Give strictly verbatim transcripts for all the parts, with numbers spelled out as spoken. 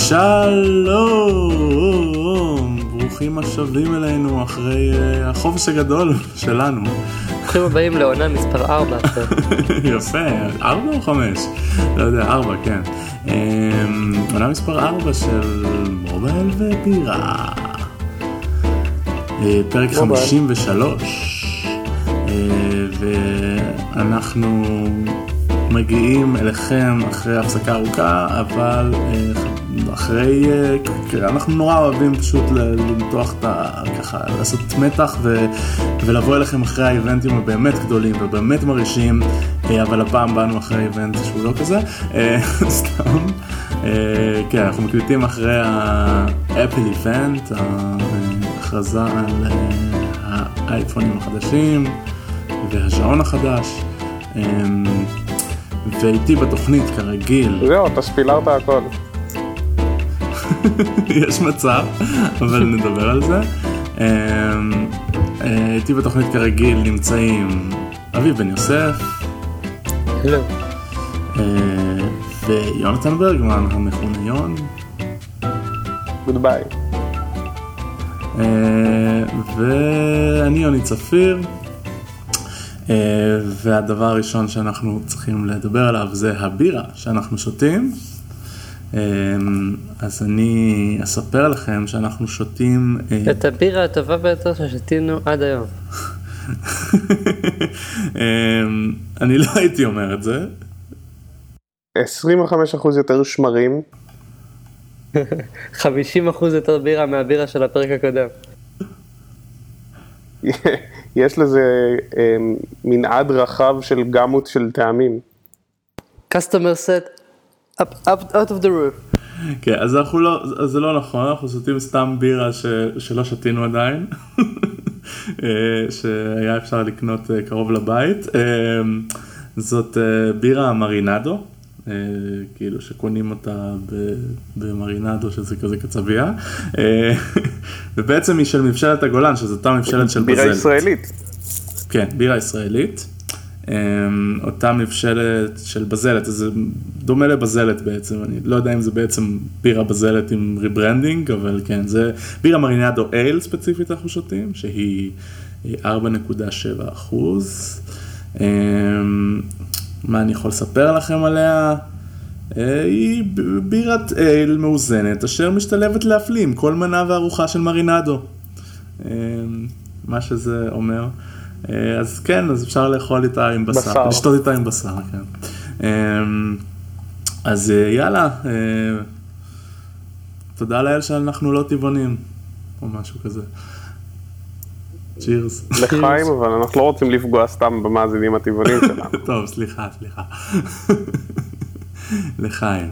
שלום, ברוכים השבים אלינו אחרי uh, החופש הגדול שלנו. ברוכים הבאים לעונה מספר ארבע. יפה, ארבע או חמש? לא יודע, ארבע, כן. Um, עונה מספר ארבע של מובייל ובירה. Uh, פרק חמישים ושלוש. Uh, ואנחנו מגיעים אליכם אחרי הפסקה ארוכה, אבל uh, אחרי, אנחנו נורא אוהבים פשוט למתוח את ה... ככה, לעשות מתח ו, ולבוא אליכם אחרי האיבנטים הבאמת גדולים ובאמת מרעישים, אבל הפעם באנו אחרי האיבנט שהוא לא כזה, סתם. כן, אנחנו מקליטים אחרי האפל איבנט, ההכרזה על האייפונים החדשים והשעון החדש, ואיתי בתוכנית כרגיל. זהו, אתה ספילרת הכל. יש מצב, אבל נדבר על זה. איתי בתוכנית כרגיל נמצאים אביב בן יוסף. הלו. ויונתן ברגמן, המכונה יון. גודביי. ואני יוני צפיר. והדבר הראשון שאנחנו צריכים לדבר עליו זה הבירה שאנחנו שותים. אז אני אספר לכם שאנחנו שותים את הבירה הטובה ביותר ששתינו עד היום. אני לא הייתי אומר את זה. עשרים וחמישה אחוז יותר שמרים. חמישים אחוז יותר בירה מהבירה של הפרק הקודם. יש לזה מנעד רחב של גמות של טעמים. Customer set Up, up, out of the roof. כן, אז אנחנו לא, אז זה לא נכון, אנחנו שותים סתם בירה ש, שלא שתינו עדיין, שהיה אפשר לקנות קרוב לבית. זאת בירה מרינדו, כאילו שקונים אותה במרינדו, שזה כזה קצביה, ובעצם היא של מבשלת הגולן, שזו אותה מבשלת של בזלת. בירה ישראלית. כן, בירה ישראלית. אותה מבשלת של בזלת, זה דומה לבזלת בעצם, אני לא יודע אם זה בעצם בירה בזלת עם ריברנדינג, אבל כן, זה בירה מרינדו אייל ספציפית אנחנו שותים, שהיא ארבע נקודה שבע אחוז. מה אני יכול לספר לכם עליה? היא בירת אייל מאוזנת, אשר משתלבת להפלים כל מנה וארוחה של מרינדו. מה שזה אומר. אז כן, אז אפשר לאכול איתה עם בשר, בשר. לשתות איתה עם בשר, כן. אז יאללה, תודה לאל שאנחנו לא טבעונים, או משהו כזה. צ'ירס. לחיים, אבל אנחנו לא רוצים לפגוע סתם במאזינים הטבעונים שלנו. טוב, סליחה, סליחה. לחיים.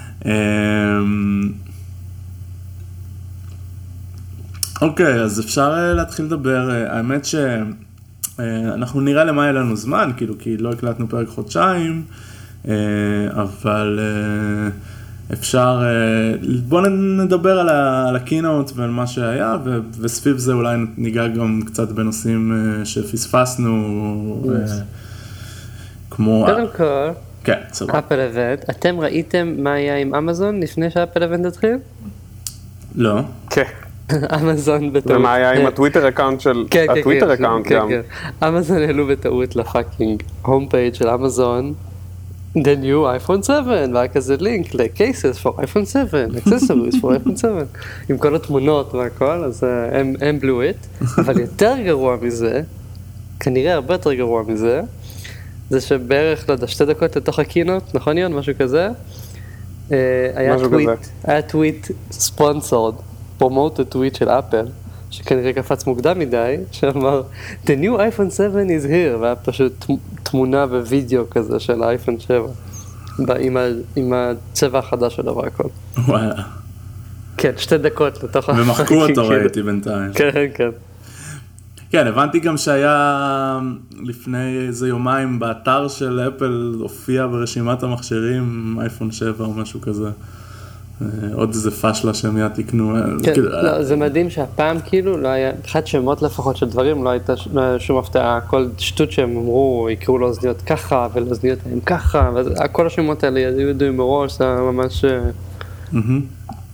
אוקיי, אז אפשר להתחיל לדבר, האמת ש... אנחנו נראה למה היה לנו זמן, כאילו, כי לא הקלטנו פרק חודשיים, אבל אפשר, בואו נדבר על הקינאוט ועל מה שהיה, וסביב זה אולי ניגע גם קצת בנושאים שפספסנו, כמו... קודם כל, כן, סבבה. אפל איבנט, אתם ראיתם מה היה עם אמזון לפני שאפל איבנט התחיל? לא. כן. אמזון בטעות. ומה היה עם הטוויטר אקאונט של... הטוויטר אקאונט גם. אמזון העלו בטעות לפאקינג הום פייג' של אמזון, the new iPhone seven, והיה כזה לינק ל-cases for iPhone seven, accessories for iPhone seven, עם כל התמונות והכל, אז הם, הם blew it, אבל יותר גרוע מזה, כנראה הרבה יותר גרוע מזה, זה שבערך, לא יודע, שתי דקות לתוך הקינוט, נכון יון, משהו כזה, היה טוויט, היה טוויט ספונסורד, פרומוט הטוויט של אפל, שכנראה קפץ מוקדם מדי, שאמר, The new iPhone seven is here, והיה פשוט תמונה ווידאו כזה של האייפון שבע, עם, ה, עם הצבע החדש שלו והכל. וואלה. כן, שתי דקות לתוך... ומחקו אותו ראיתי בינתיים. כן, כן. כן, הבנתי גם שהיה לפני איזה יומיים באתר של אפל, הופיע ברשימת המכשירים אייפון שבע או משהו כזה. עוד איזה פשלה שהם מיד תקנו. כן, לא, זה מדהים שהפעם כאילו לא היה, אחד שמות לפחות של דברים, לא הייתה שום הפתעה, כל שטות שהם אמרו, יקראו לאוזניות ככה ולאוזניות הם ככה, וכל השמות האלה היו ידועים מראש, זה ממש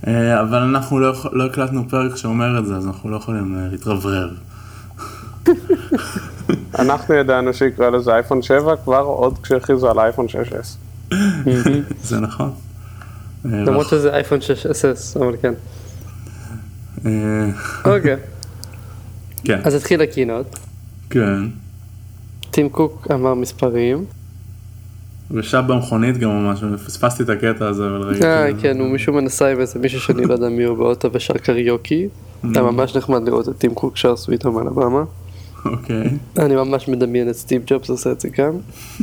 אבל אנחנו לא, לא הקלטנו פרק שאומר את זה, אז אנחנו לא יכולים להתרברב. אנחנו ידענו שיקרא לזה אייפון שבע כבר עוד כשהכריזו על אייפון שש אס. זה נכון. למרות שזה אייפון שש אס, אבל כן. אוקיי. כן. אז התחיל הקינות. כן. טים קוק אמר מספרים. ושב במכונית גם ממש, פספסתי את הקטע הזה, אבל ראיתי. אה, כן, הוא מישהו מנסה עם איזה מישהו שאני לא יודע מי הוא באוטו ושר קריוקי. היה ממש נחמד לראות את טים קוק שר סוויט הום על הבמה. אוקיי. אני ממש מדמיין את סטיב ג'ובס עושה את זה גם.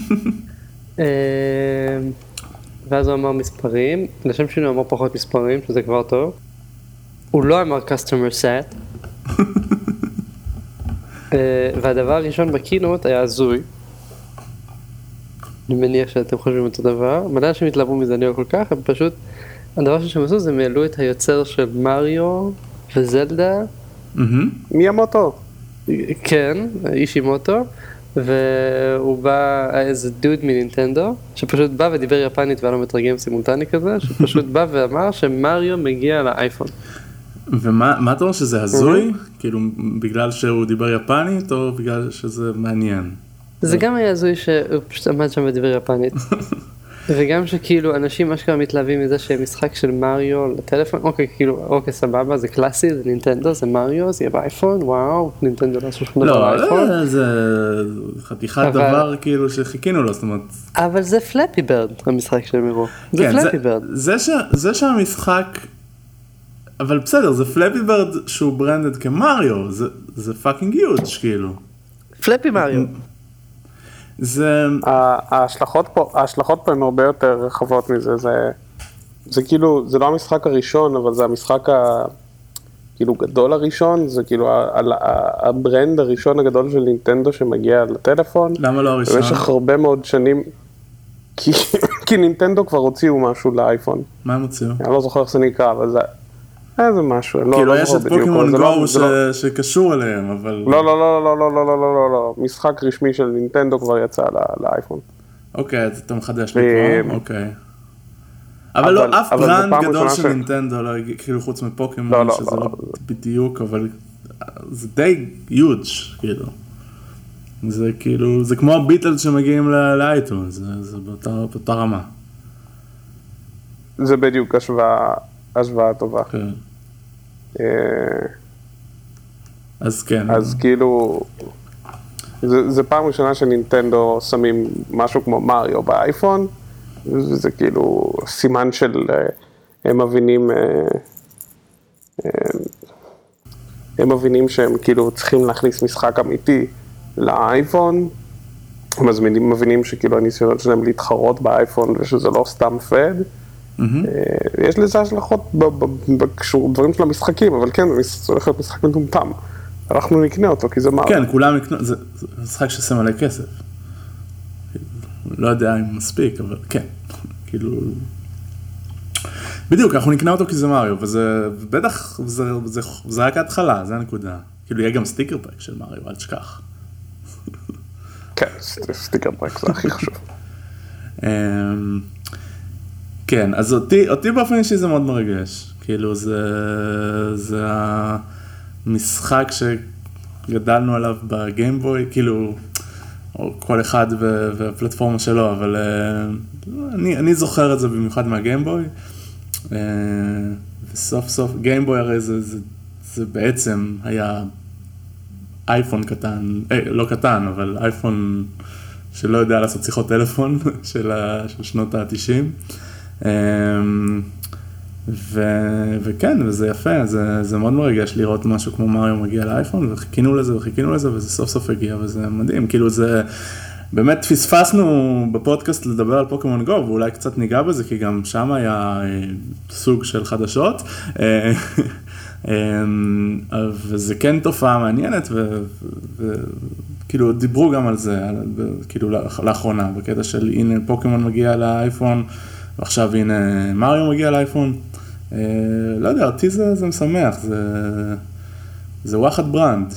ואז הוא אמר מספרים, לשם שני הוא אמר פחות מספרים, שזה כבר טוב. הוא לא אמר customer set. והדבר הראשון בקינות היה הזוי. אני מניח שאתם חושבים אותו דבר. מלא אנשים התלהבו מזה, אני לא כל כך, הם פשוט, הדבר שהם עשו זה הם העלו את היוצר של מריו וזלדה. מיאמוטו. כן, אישימוטו. והוא בא, איזה דוד מנינטנדו, שפשוט בא ודיבר יפנית והיה לו מתרגם סימולטני כזה, שפשוט בא ואמר שמריו מגיע לאייפון. ומה אתה אומר שזה הזוי? כאילו בגלל שהוא דיבר יפנית או בגלל שזה מעניין? זה גם היה הזוי שהוא פשוט עמד שם ודיבר יפנית. וגם שכאילו אנשים אשכרה מתלהבים מזה שמשחק של מריו לטלפון, אוקיי, כאילו, אוקיי, סבבה, זה קלאסי, זה נינטנדו, זה מריו, זה יהיה באייפון, וואו, נינטנדו לא עשו שום דבר באייפון. לא, זה חתיכת דבר כאילו שחיכינו לו, זאת אומרת. אבל זה פלאפי ברד, המשחק של מירו. זה פלאפי ברד. זה שהמשחק, אבל בסדר, זה פלאפי ברד שהוא ברנדד כמריו, זה פאקינג יוג' כאילו. פלאפי מריו. זה... ההשלכות פה, ההשלכות פה הן הרבה יותר רחבות מזה, זה, זה כאילו, זה לא המשחק הראשון, אבל זה המשחק ה... כאילו גדול הראשון, זה כאילו הברנד הראשון הגדול של נינטנדו שמגיע לטלפון. למה לא הראשון? במשך הרבה מאוד שנים, כי, כי נינטנדו כבר הוציאו משהו לאייפון. מה הם הוציאו? אני לא זוכר איך זה נקרא, אבל זה... איזה משהו, כאילו יש את פוקימון גו שקשור אליהם, אבל... לא, לא, לא, לא, לא, לא, לא, לא, לא, משחק רשמי של נינטנדו כבר יצא לאייפון. אוקיי, אז אתה מחדש לי כבר, אוקיי. אבל לא, אף ברנד גדול של נינטנדו, כאילו חוץ מפוקימון, שזה לא בדיוק, אבל זה די יוג' כאילו. זה כאילו, זה כמו הביטלס שמגיעים לאייטונס, זה באותה רמה. זה בדיוק השוואה. השוואה טובה. כן. אז כן. אז כאילו, זה, זה פעם ראשונה שנינטנדו שמים משהו כמו מריו באייפון, וזה כאילו סימן של, הם מבינים, הם מבינים שהם כאילו צריכים להכניס משחק אמיתי לאייפון, אז מבינים שכאילו הניסיונות שלהם להתחרות באייפון ושזה לא סתם פד, יש לזה השלכות בדברים של המשחקים, אבל כן, זה הולך להיות משחק מטומטם. אנחנו נקנה אותו, כי זה מה... כן, כולם יקנו, זה משחק שעושה מלא כסף. לא יודע אם מספיק, אבל כן. כאילו... בדיוק, אנחנו נקנה אותו כי זה מריו, וזה בטח, זה רק ההתחלה, זה הנקודה. כאילו, יהיה גם סטיקר פאק של מריו, אל תשכח. כן, סטיקר פאק זה הכי חשוב. כן, אז אותי, אותי באופן אישי זה מאוד מרגש, כאילו זה, זה המשחק שגדלנו עליו בגיימבוי, כאילו, או כל אחד והפלטפורמה שלו, אבל אני, אני זוכר את זה במיוחד מהגיימבוי, וסוף סוף, גיימבוי הרי זה, זה, זה בעצם היה אייפון קטן, אה, לא קטן, אבל אייפון שלא יודע לעשות שיחות טלפון של, ה, של שנות ה-תשעים. ו... וכן, וזה יפה, זה, זה מאוד מרגש לראות משהו כמו מריו מגיע לאייפון, וחיכינו לזה וחיכינו לזה, וזה סוף סוף הגיע, וזה מדהים, כאילו זה, באמת פספסנו בפודקאסט לדבר על פוקימון גו, ואולי קצת ניגע בזה, כי גם שם היה סוג של חדשות, וזה כן תופעה מעניינת, וכאילו דיברו גם על זה, כאילו לאחרונה, בקטע של הנה פוקימון מגיע לאייפון, ועכשיו הנה מריו מגיע לאייפון, לא יודע, אותי זה, זה משמח, זה, זה וואחד ברנד,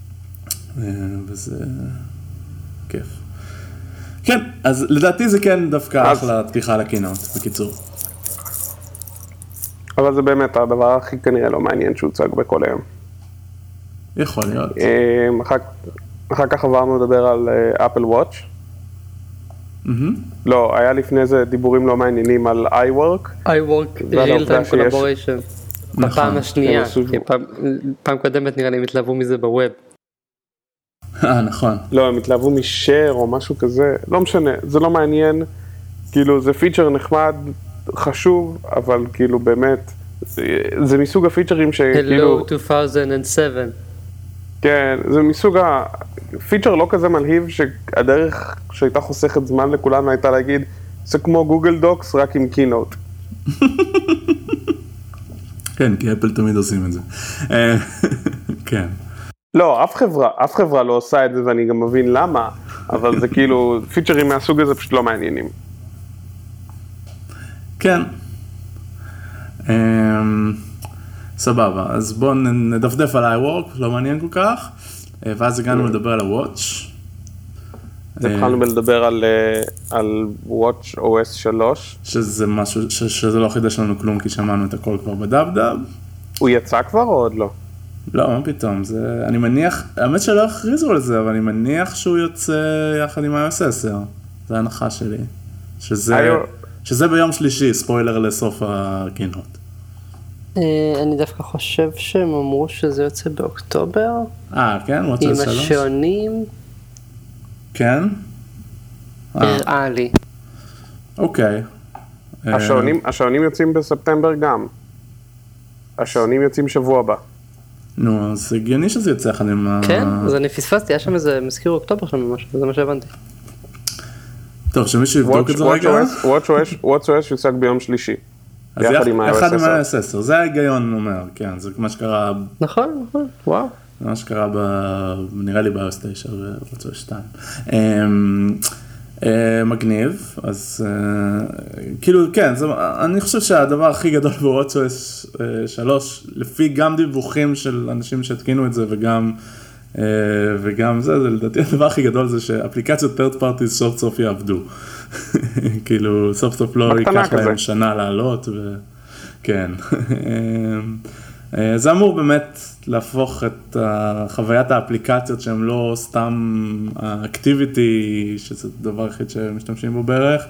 וזה כיף. כן, אז לדעתי זה כן דווקא אחלה פתיחה לקינות, בקיצור. אבל זה באמת הדבר הכי כנראה לא מעניין שהוצג בכל היום. יכול להיות. אחר, אחר כך עברנו לדבר על אפל וואץ'. Mm-hmm. לא, היה לפני זה דיבורים לא מעניינים על iWork. iWork, real time collaboration. בפעם השנייה, כי פעם, פעם קודמת נראה לי הם התלהבו מזה בווב. אה, נכון. לא, הם התלהבו משאר או משהו כזה, לא משנה, זה לא מעניין, כאילו זה פיצ'ר נחמד, חשוב, אבל כאילו באמת, זה, זה מסוג הפיצ'רים שכאילו... Hello two thousand seven. כן, זה מסוג הפיצ'ר לא כזה מלהיב, שהדרך שהייתה חוסכת זמן לכולנו הייתה להגיד, זה כמו גוגל דוקס רק עם קינוט. כן, כי אפל תמיד עושים את זה. כן. לא, אף חברה, אף חברה לא עושה את זה, ואני גם מבין למה, אבל זה כאילו, פיצ'רים מהסוג הזה פשוט לא מעניינים. כן. סבבה, אז בואו נדפדף על iWork, לא מעניין כל כך, ואז הגענו לדבר על ה-Watch. התחלנו לדבר על, על Watch או אס שלוש. שזה משהו, שזה לא חידש לנו כלום, כי שמענו את הכל כבר בדף-דף. הוא יצא כבר או עוד לא? לא, מה פתאום, זה, אני מניח, האמת שלא הכריזו על זה, אבל אני מניח שהוא יוצא יחד עם iOS עשר, זה ההנחה שלי, שזה, שזה ביום שלישי, ספוילר לסוף הקינוט. אני דווקא חושב שהם אמרו שזה יוצא באוקטובר. אה, כן? עם השעונים. כן? הראה לי. אוקיי. השעונים, השעונים יוצאים בספטמבר גם. השעונים יוצאים שבוע הבא. נו, אז הגיוני שזה יוצא אחד עם ה... כן, אז אני פספסתי, היה שם איזה מזכיר אוקטובר שם ממש, זה מה שהבנתי. טוב, שמישהו יבדוק את זה רגע. WatchOS יוצג ביום שלישי. אז יחד עם iOS עשר, זה ההיגיון אומר, כן, זה מה שקרה... נכון, נכון, וואו. זה מה שקרה, נראה לי ב-iOS תשע ו-WatchOS שתיים. מגניב, אז כאילו, כן, אני חושב שהדבר הכי גדול ב-WatchOS שלוש, לפי גם דיווחים של אנשים שהתקינו את זה וגם... וגם זה, זה לדעתי הדבר הכי גדול זה שאפליקציות third parties סוף סוף יעבדו. כאילו, סוף סוף לא ייקח להם שנה לעלות, וכן. זה אמור באמת להפוך את חוויית האפליקציות שהן לא סתם האקטיביטי, שזה דבר הכי שמשתמשים בו בערך,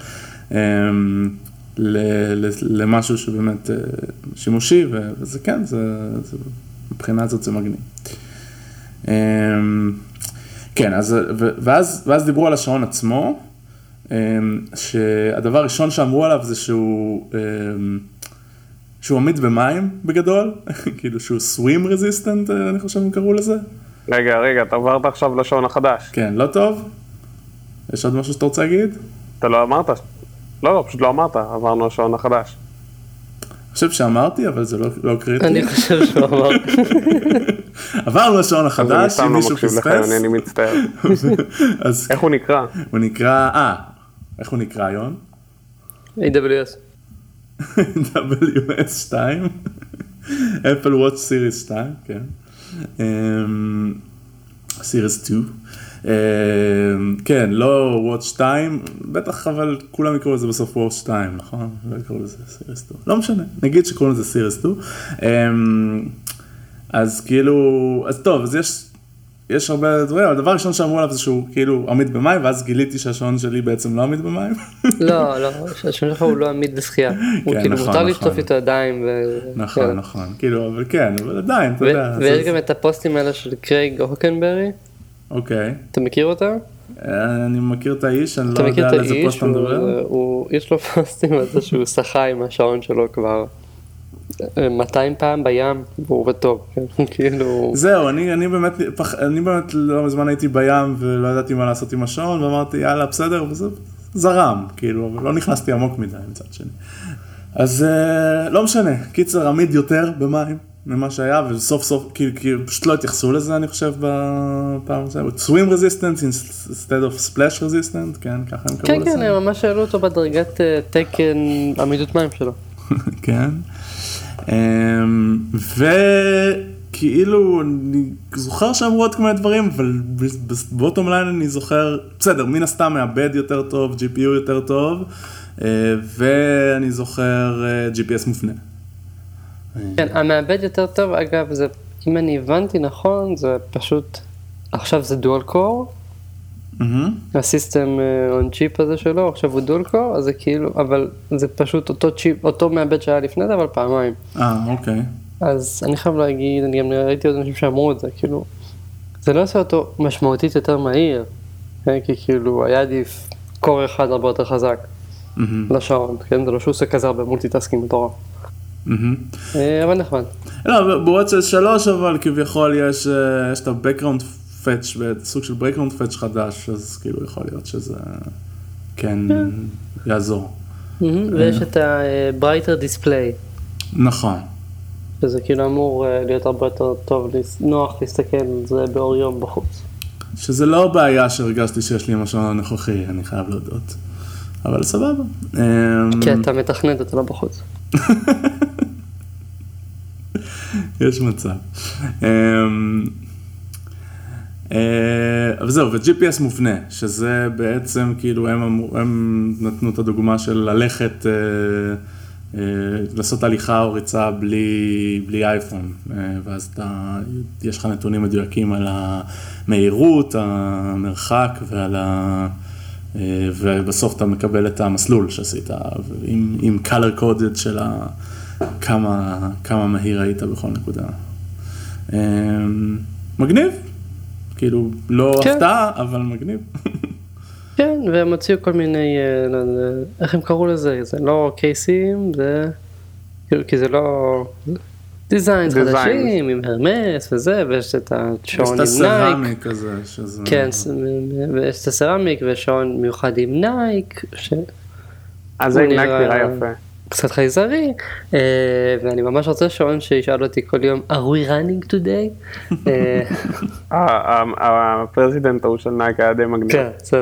למשהו שבאמת שימושי, וזה כן, מבחינה הזאת זה מגניב. כן, אז, ואז, ואז דיברו על השעון עצמו, שהדבר הראשון שאמרו עליו זה שהוא, שהוא עמיד במים בגדול, כאילו שהוא swim resistant, אני חושב הם קראו לזה. רגע, רגע, אתה עברת עכשיו לשעון החדש. כן, לא טוב? יש עוד משהו שאתה רוצה להגיד? אתה לא אמרת, לא, לא, פשוט לא אמרת, עברנו לשעון החדש. אני חושב שאמרתי, אבל זה לא, לא קריטי. אני חושב שהוא אמר. עברנו לשעון החדש, אם מישהו פספס. אני מצטער. איך הוא נקרא? הוא נקרא, אה, איך הוא נקרא היום? איי דאבליו אס. דאבליו אס שתיים. Apple Watch Series שתיים, כן. Series שתיים. כן, לא Watch שתיים, בטח אבל כולם יקראו לזה בסוף Watch שתיים, נכון? לא יקראו לזה Series שתיים. לא משנה, נגיד שקוראים לזה Series שתיים. אז כאילו, אז טוב, אז יש, יש הרבה דברים, אבל הדבר ראשון שאמרו עליו זה שהוא כאילו עמיד במים, ואז גיליתי שהשעון שלי בעצם לא עמיד במים. לא, לא, השעון שלך הוא לא עמיד בשחייה. הוא כאילו מותר לשטוף איתו ידיים. נכון, נכון, כאילו, אבל כן, אבל עדיין, אתה יודע. ויש גם את הפוסטים האלה של קרייג הוקנברי. אוקיי. אתה מכיר אותה? אני מכיר את האיש, אני לא יודע על איזה פוסט אתה מדבר. יש לו פוסטים על זה שהוא שחה עם השעון שלו כבר. מאתיים פעם בים, והוא עובד טוב, כאילו... זהו, אני, אני באמת, אני באמת לא מזמן הייתי בים ולא ידעתי מה לעשות עם השעון, ואמרתי, יאללה, בסדר, וזה זרם, כאילו, אבל לא נכנסתי עמוק מדי מצד שני. אז לא משנה, קיצר עמיד יותר במים ממה שהיה, וסוף סוף, כאילו, כאילו, פשוט לא התייחסו לזה, אני חושב, בפעם הזה. swim resistant instead of splash resistant, כן, ככה הם קראו לזה. כן, כן, הם ממש שאלו אותו בדרגת תקן עמידות מים שלו. כן. וכאילו, אני זוכר שאמרו עוד כמה דברים, אבל בבוטום ליין אני זוכר, בסדר, מן הסתם מעבד יותר טוב, ג'י פי יו יותר טוב, ואני זוכר ג'י פי אס מופנה. כן, המעבד יותר טוב, אגב, זה, אם אני הבנתי נכון, זה פשוט, עכשיו זה דואל קור, הסיסטם און צ'יפ הזה שלו, עכשיו הוא דואל קור, אז זה כאילו, אבל זה פשוט אותו צ'יפ, אותו מעבד שהיה לפני זה, אבל פעמיים. אה, אוקיי. אז אני חייב להגיד, אני גם ראיתי עוד אנשים שאמרו את זה, כאילו, זה לא עושה אותו משמעותית יותר מהיר, כי כאילו היה עדיף קור אחד הרבה יותר חזק לשעון, כן? זה לא שהוא עושה כזה הרבה מולטיטסקינג מטורף. אבל נחמד. לא, בוואטס שלוש אבל כביכול יש את ה-background fetch, סוג של background fetch חדש, אז כאילו יכול להיות שזה כן יעזור. ויש את ה-brighter display. נכון. שזה כאילו אמור להיות הרבה יותר טוב, נוח להסתכל על זה באור יום בחוץ. שזה לא בעיה שהרגשתי שיש לי משהו הנוכחי, אני חייב להודות. אבל סבבה. כי אתה מתכנת, אתה לא בחוץ. יש מצב. אבל זהו, ו-ג'י פי אס מובנה, שזה בעצם כאילו הם נתנו את הדוגמה של ללכת, לעשות הליכה או ריצה בלי, בלי אייפון, ואז אתה, יש לך נתונים מדויקים על המהירות, המרחק ועל ה... ובסוף אתה מקבל את המסלול שעשית, עם, עם color coded של ה... כמה, כמה מהיר היית בכל נקודה. מגניב, כאילו לא כן. הפתעה, אבל מגניב. כן, והם הוציאו כל מיני, איך הם קראו לזה? זה לא קייסים, זה, כי זה לא דיזיינס חדשים, עם הרמס וזה, ויש את השעון עם נייק. יש את הסרמיק הזה, שזה... כן, ויש את הסרמיק ושעון מיוחד עם נייק, ש... אז זה עם נייק נראה יפה. קצת חייזרי, ואני ממש רוצה שעון שישאל אותי כל יום, are we running today? הפרזידנט ההוא של נייק היה די מגניב. כן, בסדר.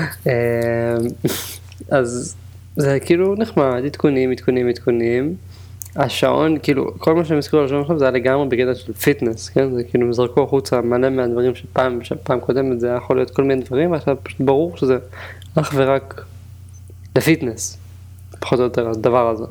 אז זה כאילו נחמד, עדכונים, עדכונים, עדכונים. השעון, כאילו, כל מה שהם הזכירו על השעון עכשיו זה היה לגמרי בגלל של פיטנס, כן? זה כאילו מזרקו החוצה מלא מהדברים שפעם, שפעם קודמת זה יכול להיות כל מיני דברים, עכשיו פשוט ברור שזה אך ורק לפיטנס. פחות או יותר, הדבר הזה.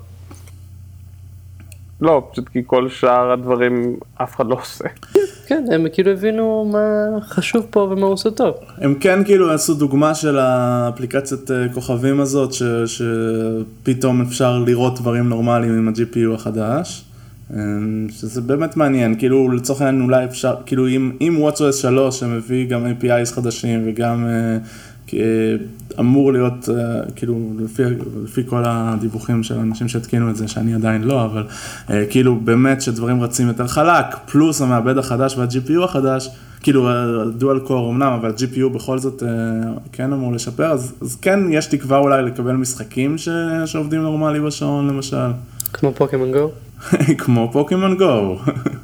לא, פשוט כי כל שאר הדברים אף אחד לא עושה. כן, הם כאילו הבינו מה חשוב פה ומה הוא עושה טוב. הם כן כאילו עשו דוגמה של האפליקציית כוכבים הזאת, ש, שפתאום אפשר לראות דברים נורמליים עם ה-ג'י פי יו החדש, שזה באמת מעניין, כאילו לצורך העניין אולי אפשר, כאילו אם, אם וואטסאפ שלוש שמביא גם איי פי איז חדשים וגם... אמור להיות, כאילו, לפי, לפי כל הדיווחים של אנשים שהתקינו את זה, שאני עדיין לא, אבל כאילו באמת שדברים רצים יותר חלק, פלוס המעבד החדש וה-ג'י פי יו החדש, כאילו הדואל קור אמנם, אבל ה-ג'י פי יו בכל זאת כן אמור לשפר, אז, אז כן יש תקווה אולי לקבל משחקים ש, שעובדים נורמלי בשעון למשל. כמו פוקימון גו? כמו פוקימון גו.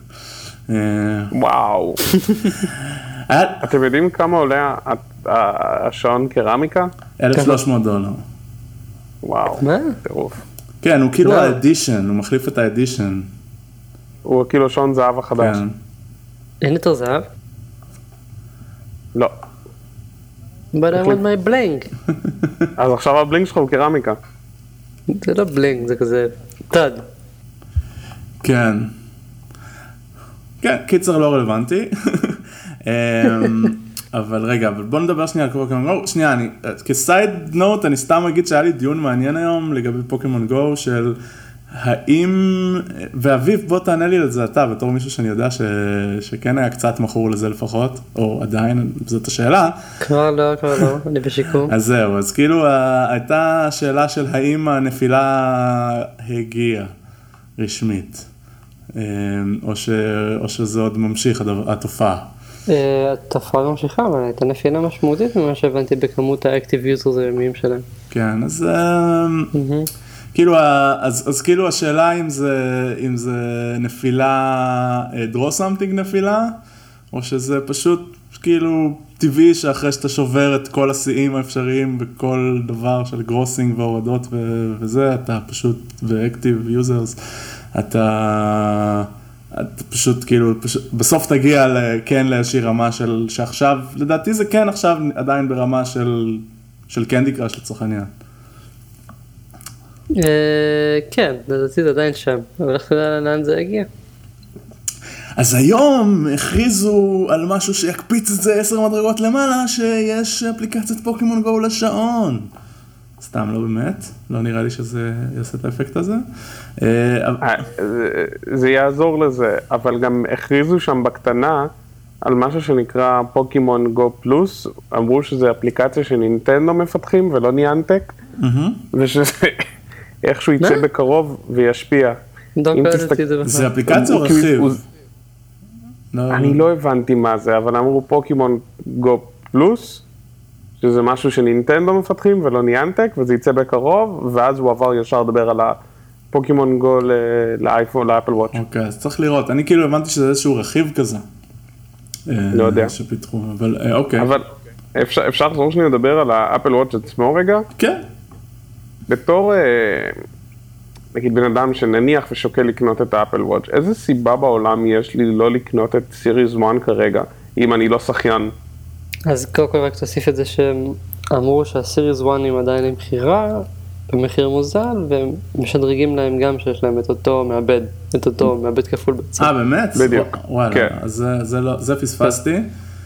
וואו. אתם יודעים כמה עולה השעון קרמיקה? אלף ושלוש מאות דולר. וואו, מה? טירוף. כן, הוא כאילו האדישן, הוא מחליף את האדישן. הוא כאילו שעון זהב החדש. אין יותר זהב? לא. But I want my blank. אז עכשיו הבלינק שלך הוא קרמיקה. זה לא בלינק, זה כזה תד. כן. כן, קיצר לא רלוונטי. אבל רגע, אבל בוא נדבר שנייה על פוקימון גו. שנייה, אני, כסייד נוט, אני סתם אגיד שהיה לי דיון מעניין היום לגבי פוקימון גו, של האם, ואביב, בוא תענה לי לזה אתה, בתור מישהו שאני יודע ש, שכן היה קצת מכור לזה לפחות, או עדיין, זאת השאלה. כבר לא, כבר לא, אני בשיקום. אז זהו, אז כאילו הייתה שאלה של האם הנפילה הגיעה רשמית, או, ש, או שזה עוד ממשיך התופעה. התופעה ממשיכה, אבל הייתה נפילה משמעותית ממה שהבנתי בכמות האקטיב יוזרס היומיים שלהם. כן, אז כאילו, אז, אז כאילו השאלה אם זה, אם זה נפילה, draw something נפילה, או שזה פשוט כאילו טבעי שאחרי שאתה שובר את כל השיאים האפשריים בכל דבר של גרוסינג והורדות ו- וזה, אתה פשוט באקטיב יוזרס, אתה... אתה פשוט כאילו, פשוט, בסוף תגיע כן לאיזושהי רמה של, שעכשיו, לדעתי זה כן עכשיו עדיין ברמה של, של קנדי קראש לצורך העניין. אה, כן, לדעתי זה עדיין שם, אבל איך תדע לאן זה הגיע? אז היום הכריזו על משהו שיקפיץ את זה עשר מדרגות למעלה, שיש אפליקציית פוקימון גו לשעון. סתם, לא באמת, לא נראה לי שזה יעשה את האפקט הזה. זה יעזור לזה, אבל גם הכריזו שם בקטנה על משהו שנקרא פוקימון גו פלוס, אמרו שזה אפליקציה שנינטנדו מפתחים ולא ניאנטק, ושזה איכשהו יצא בקרוב וישפיע. זה אפליקציה או רכיב? אני לא הבנתי מה זה, אבל אמרו פוקימון גו פלוס, שזה משהו שנינטנדו מפתחים ולא ניאנטק, וזה יצא בקרוב, ואז הוא עבר ישר לדבר על הפוקימון גו לאייפון, לאפל וואץ'. אוקיי, אז צריך לראות. אני כאילו הבנתי שזה איזשהו רכיב כזה. לא יודע. שפיתחו, אבל אוקיי. אבל אפשר לחזור שני לדבר על האפל וואץ' עצמו רגע? כן. בתור, נגיד בן אדם שנניח ושוקל לקנות את האפל וואץ', איזה סיבה בעולם יש לי לא לקנות את סיריס אחת כרגע, אם אני לא שחיין? אז קודם כל רק תוסיף את זה שהם אמרו שהסיריס אחת הם עדיין עם בחירה, במחיר מוזל, והם משדרגים להם גם שיש להם את אותו מעבד, את אותו מעבד כפול בעצם. אה, באמת? בדיוק. וואלה, כן. אז זה לא, זה פספסתי.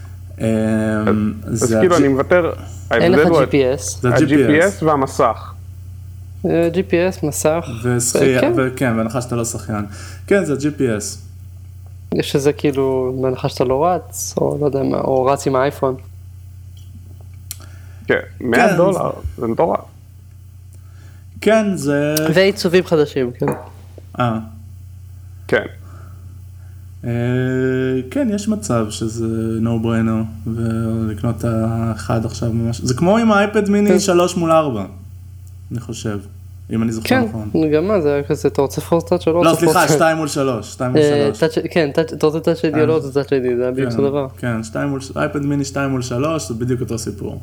אז כאילו אני מוותר, אין לך ג'י פי אס. זה ה-ג'י פי אס והמסך. ג'י פי אס, מסך. וכן, בהנחה שאתה לא שחיין. כן, זה ג'י פי אס. יש שזה כאילו, בהנחה שאתה לא רץ, או לא יודע מה, או רץ עם האייפון. כן, מאה דולר, זה מטורף. כן, זה... ועיצובים חדשים, כן. אה. כן. כן, יש מצב שזה no brainer, ולקנות האחד עכשיו ממש... זה כמו עם האייפד מיני שלוש מול ארבע, אני חושב, אם אני זוכר נכון. כן, גם מה, זה היה כזה, אתה רוצה פורסטאץ' שלא? לא, סליחה, שתיים מול שלוש, שתיים מול שלוש. כן, אתה רוצה טאץ' איי די או לא רוצה טאץ' איי די, זה היה בדיוק אותו דבר. כן, אייפד מיני שתיים מול שלוש, זה בדיוק אותו סיפור.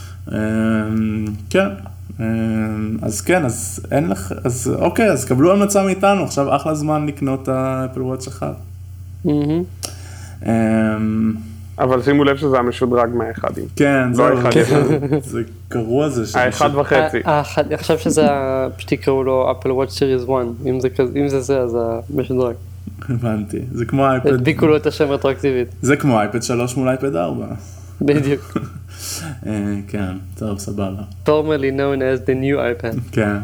כן. אז כן, אז אין לך, אז אוקיי, אז קבלו המלצה מאיתנו, עכשיו אחלה זמן לקנות את האפל וואץ' אחד. אבל שימו לב שזה המשודרג מהאחדים. כן, זה גרוע זה. האחד וחצי. עכשיו שזה, פשוט יקראו לו אפל וואץ' סיריס אחת, אם זה זה, אז המשודרג. הבנתי, זה כמו אייפד. הדביקו לו את השם רטרואקטיבית. זה כמו אייפד שלוש מול אייפד ארבע. בדיוק. כן, טוב, סבבה. Formerly known as the new iPad. כן.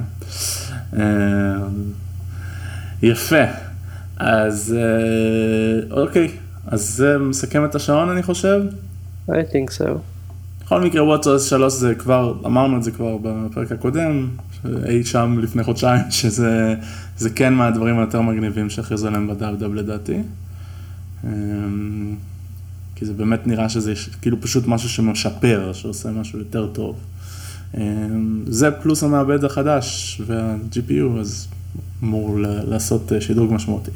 יפה. אז אוקיי, אז זה מסכם את השעון אני חושב? I think so. בכל מקרה וואטסאפ שלוש זה כבר, אמרנו את זה כבר בפרק הקודם, אי שם לפני חודשיים, שזה זה כן מהדברים היותר מגניבים שהכריזו עליהם בדאב דאב לדעתי. כי זה באמת נראה שזה כאילו פשוט משהו שמשפר, שעושה משהו יותר טוב. זה פלוס המעבד החדש וה-ג'י פי יו, אז אמור לעשות שדרוג משמעותי.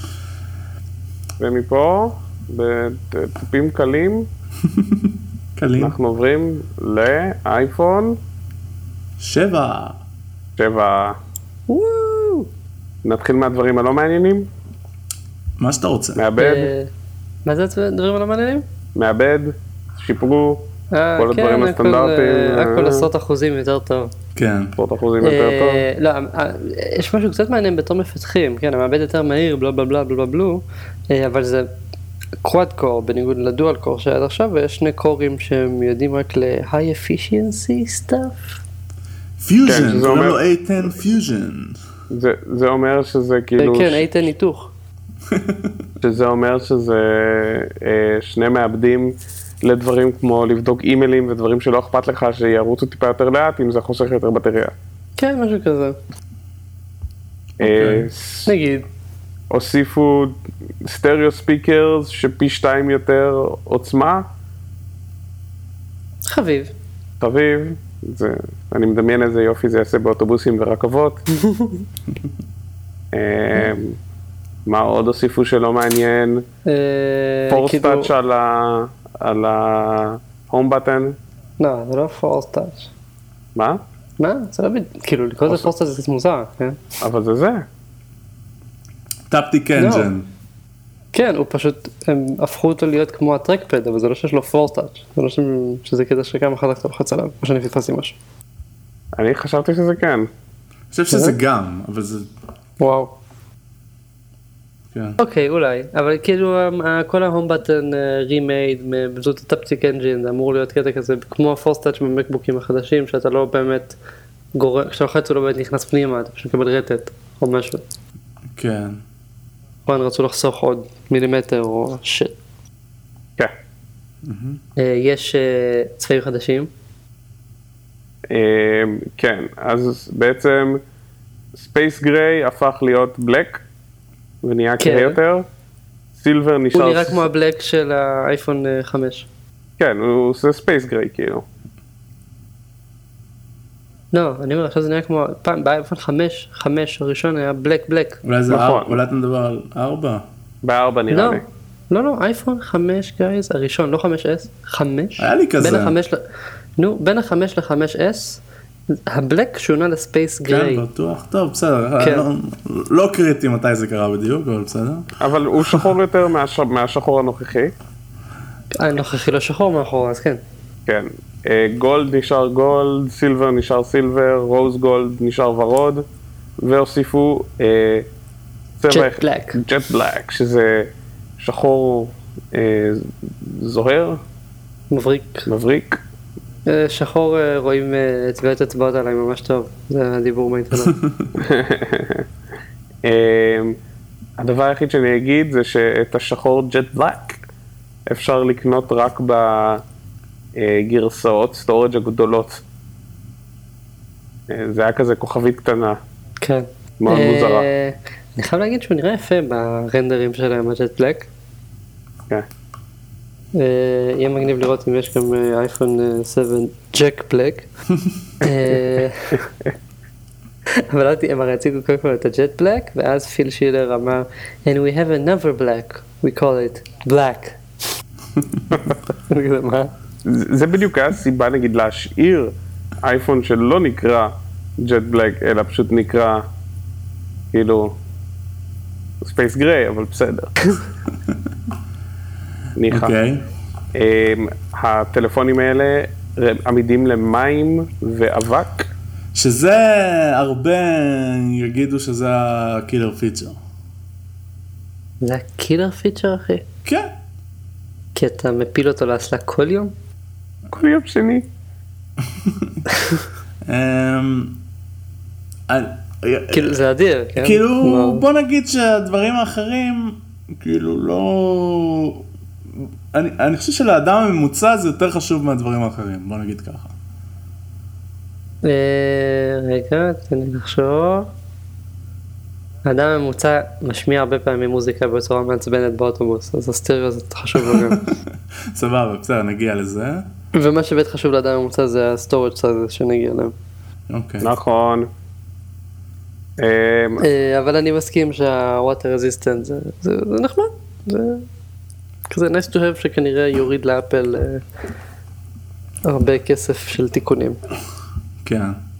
ומפה, בטיפים קלים, קלים. אנחנו עוברים לאייפון שבע. שבע. נתחיל מהדברים הלא מעניינים? מה שאתה רוצה. מעבד. מה זה הדברים הלא מעניינים? מעבד, שיפרו, כל הדברים הסטנדרטיים. הכל עשרות אחוזים יותר טוב. כן. עשרות אחוזים יותר טוב. לא, יש משהו קצת מעניין בתור מפתחים, כן, המעבד יותר מהיר, בלה בלה בלה בלה בלה, אבל זה קוואד קור, בניגוד לדואל קור שעד עכשיו, ויש שני קורים שהם יודעים רק ל-high efficiency stuff. פיוז'ן, קוראים לו איי עשר פיוז'ן. זה אומר שזה כאילו... כן, איי עשר ניתוח. שזה אומר שזה שני מעבדים לדברים כמו לבדוק אימיילים ודברים שלא אכפת לך שירוצו טיפה יותר לאט אם זה חוסך יותר בטריה. כן, משהו כזה. נגיד. הוסיפו סטריאו ספיקרס שפי שתיים יותר עוצמה. חביב. חביב. זה, אני מדמיין איזה יופי זה יעשה באוטובוסים ורכבות. מה עוד הוסיפו שלא מעניין? פורס טאץ' על ההום בטן? לא, זה לא פורס טאץ'. מה? מה? זה לא בדיוק, כאילו, לקרוא זה פורס טאץ' זה מוזר, כן? אבל זה זה. טפטיק אנג'ן. כן, הוא פשוט, הם הפכו אותו להיות כמו הטרקפד, אבל זה לא שיש לו פורס טאץ'. זה לא שזה כזה שגם אחר כך אתה לוחץ עליו, או שאני פספסתי משהו. אני חשבתי שזה כן. חושב שזה גם, אבל זה... וואו. כן. אוקיי, אולי, אבל כאילו כל ההום בטן רימייד באמצעות הטאפטיק אנג'ין, זה אמור להיות קטע כזה, כמו הפורס טאץ' במקבוקים החדשים, שאתה לא באמת גורם, כשאתה לוחץ הוא לא באמת נכנס פנימה, אתה פשוט מקבל רטט או משהו. כן. נכון, רצו לחסוך עוד מילימטר או שיט. כן. יש צבעים חדשים? כן, אז בעצם ספייס גריי הפך להיות בלק, ונהיה כהה יותר. סילבר נשאר... הוא נראה כמו הבלק של האייפון חמש. כן, הוא עושה ספייס גריי כאילו. לא, אני אומר, עכשיו זה נראה כמו... פעם, באייפון חמש, חמש הראשון היה בלק בלק. אולי זה ארבע, אולי אתה מדבר על ארבע? בארבע נראה לי. לא, לא, אייפון חמש, גייז, הראשון, לא חמש אס, חמש. היה לי כזה. בין החמש ל... נו, בין החמש לחמש אס, הבלק שונה לספייס גריי. כן, בטוח. טוב, בסדר. כן. לא, לא קריטי מתי זה קרה בדיוק, אבל בסדר. אבל הוא שחור יותר מהש... מהשחור הנוכחי. הנוכחי לא שחור מאחור, אז כן. כן. גולד נשאר גולד, סילבר נשאר סילבר, רוז גולד נשאר ורוד, והוסיפו ג'ט בלק. ג'ט בלק, שזה שחור אה, זוהר. מבריק. מבריק. שחור רואים צבעת אצבעות עליי ממש טוב, זה הדיבור מהאינטרנט. הדבר היחיד שאני אגיד זה שאת השחור ג'ט בלק אפשר לקנות רק בגרסאות סטורג' הגדולות. זה היה כזה כוכבית קטנה. כן. מאוד מוזרה. אני חייב להגיד שהוא נראה יפה ברנדרים שלהם, הג'ט בלק. כן. יהיה מגניב לראות אם יש גם אייפון שבע ג'ק בלק. אבל הם הרי הציגו קודם כל את הג'ט בלק, ואז פיל שילר אמר, and we have another black, we call it black. זה בדיוק היה סיבה נגיד להשאיר אייפון שלא נקרא ג'ט בלק, אלא פשוט נקרא כאילו ספייס גריי, אבל בסדר. ניחא. אוקיי. הטלפונים האלה עמידים למים ואבק. שזה הרבה יגידו שזה הקילר פיצ'ר. זה הקילר פיצ'ר, אחי? כן. כי אתה מפיל אותו לאסלה כל יום? כל יום שני. כאילו זה אדיר, כן? כאילו בוא נגיד שהדברים האחרים כאילו לא... אני, אני חושב שלאדם הממוצע זה יותר חשוב מהדברים האחרים, בוא נגיד ככה. רגע, תן לי לחשוב. האדם הממוצע משמיע הרבה פעמים מוזיקה בצורה מעצבנת באוטובוס, אז הסטריאו זה חשוב לו גם. סבבה, בסדר, נגיע לזה. ומה שבאמת חשוב לאדם הממוצע זה הסטורג' הזה שנגיע אליהם. אוקיי. נכון. אבל אני מסכים שהווטר רזיסטנט זה, זה, זה נחמד, זה כזה nice to have שכנראה יוריד לאפל הרבה כסף של תיקונים. כן.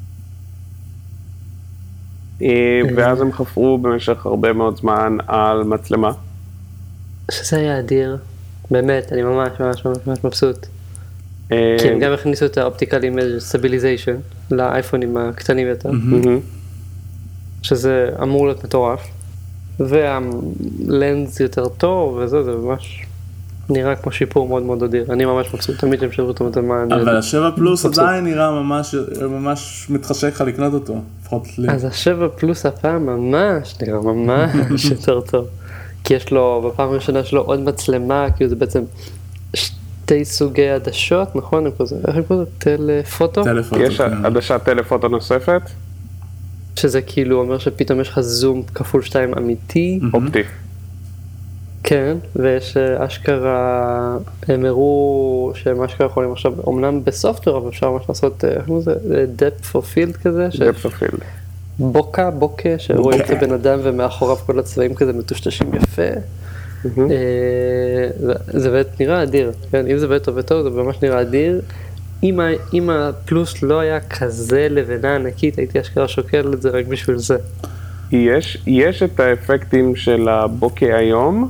ואז הם חפרו במשך הרבה מאוד זמן על מצלמה. שזה היה אדיר, באמת, אני ממש ממש ממש ממש מבסוט. כי הם גם הכניסו את האופטיקל אימג' סטביליזיישן לאייפונים הקטנים יותר. שזה אמור להיות מטורף, והלנס יותר טוב וזה, זה ממש נראה כמו שיפור מאוד מאוד אדיר. אני ממש מבסוט, תמיד שהם שברו אותו מה... אבל השבע פלוס עדיין נראה ממש, ממש מתחשק לך לקנות אותו, לפחות לי. אז השבע פלוס הפעם ממש נראה ממש יותר טוב, כי יש לו, בפעם הראשונה שלו עוד מצלמה, כאילו זה בעצם שתי סוגי עדשות, נכון? איך הם קוראים? טלפוטו? טלפוטו, יש עדשה טלפוטו נוספת? שזה כאילו אומר שפתאום יש לך זום כפול שתיים אמיתי. אופטי. כן, ויש אשכרה, הם הראו שהם אשכרה יכולים עכשיו, אומנם בסופטוור, אבל אפשר ממש לעשות, איך קוראים לזה? depth of field כזה? depth of field. בוקה, בוקה, שרואים את הבן אדם ומאחוריו כל הצבעים כזה מטושטשים יפה. זה באמת נראה אדיר, אם זה באמת טוב וטוב, זה ממש נראה אדיר. אם הפלוס לא היה כזה לבנה ענקית, הייתי אשכרה שוקל את זה רק בשביל זה. יש, יש את האפקטים של הבוקה היום,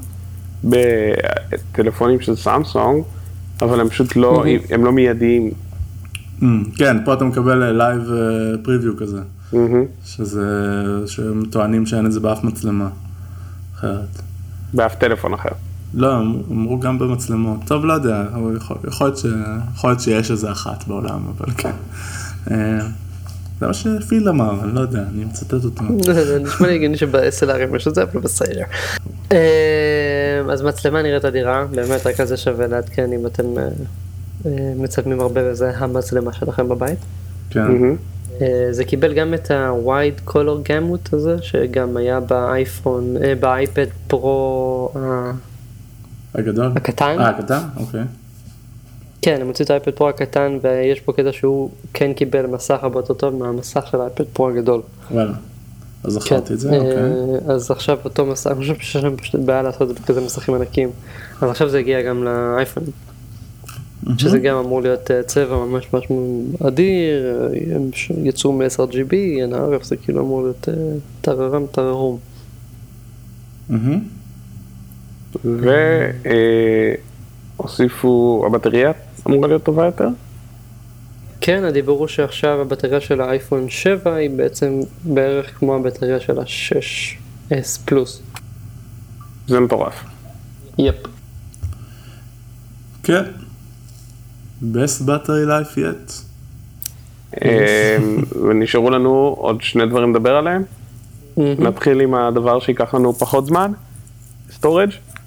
בטלפונים של סמסונג, אבל הם פשוט לא, הם לא מיידיים. כן, פה אתה מקבל לייב פריוויו כזה, שזה, שהם טוענים שאין את זה באף מצלמה אחרת. באף טלפון אחר. לא, אמרו גם במצלמות. טוב, לא יודע, יכול להיות שיש איזה אחת בעולם, אבל כן. זה מה שפיל אמר, אני לא יודע, אני מצטט אותו. נשמע לי הגיוני שב-אס אל אר יש את זה, אבל בסדר. אז מצלמה נראית אדירה, באמת רק על זה שווה לעדכן אם אתם מצלמים הרבה וזה המצלמה שלכם בבית. כן. זה קיבל גם את ה-wide color gamut הזה, שגם היה באייפון, באייפד פרו הגדול? הקטן. אה, הקטן? אוקיי. כן, הם הוציאו את האייפד פרו הקטן, ויש פה קטע שהוא כן קיבל מסך הרבה יותר טוב מהמסך של האייפד פרו הגדול. וואלה. אז זכרתי את זה, אוקיי. אז עכשיו אותו מסך, אני חושב שיש להם פשוט בעיה לעשות את זה בכזה מסכים ענקים. אז עכשיו זה הגיע גם לאייפון. שזה גם אמור להיות צבע ממש ממש אדיר, הם יצאו מ-עשר ג'י בי, אן אר אף זה כאילו אמור להיות טררם טררום. והוסיפו, הבטריה אמורה להיות טובה יותר? כן, הדיבור הוא שעכשיו הבטריה של האייפון שבע היא בעצם בערך כמו הבטריה של ה-שש אס פלוס. זה מטורף. יפ. כן. best battery life yet. ונשארו לנו עוד שני דברים לדבר עליהם. נתחיל עם הדבר שיקח לנו פחות זמן. סטורג'.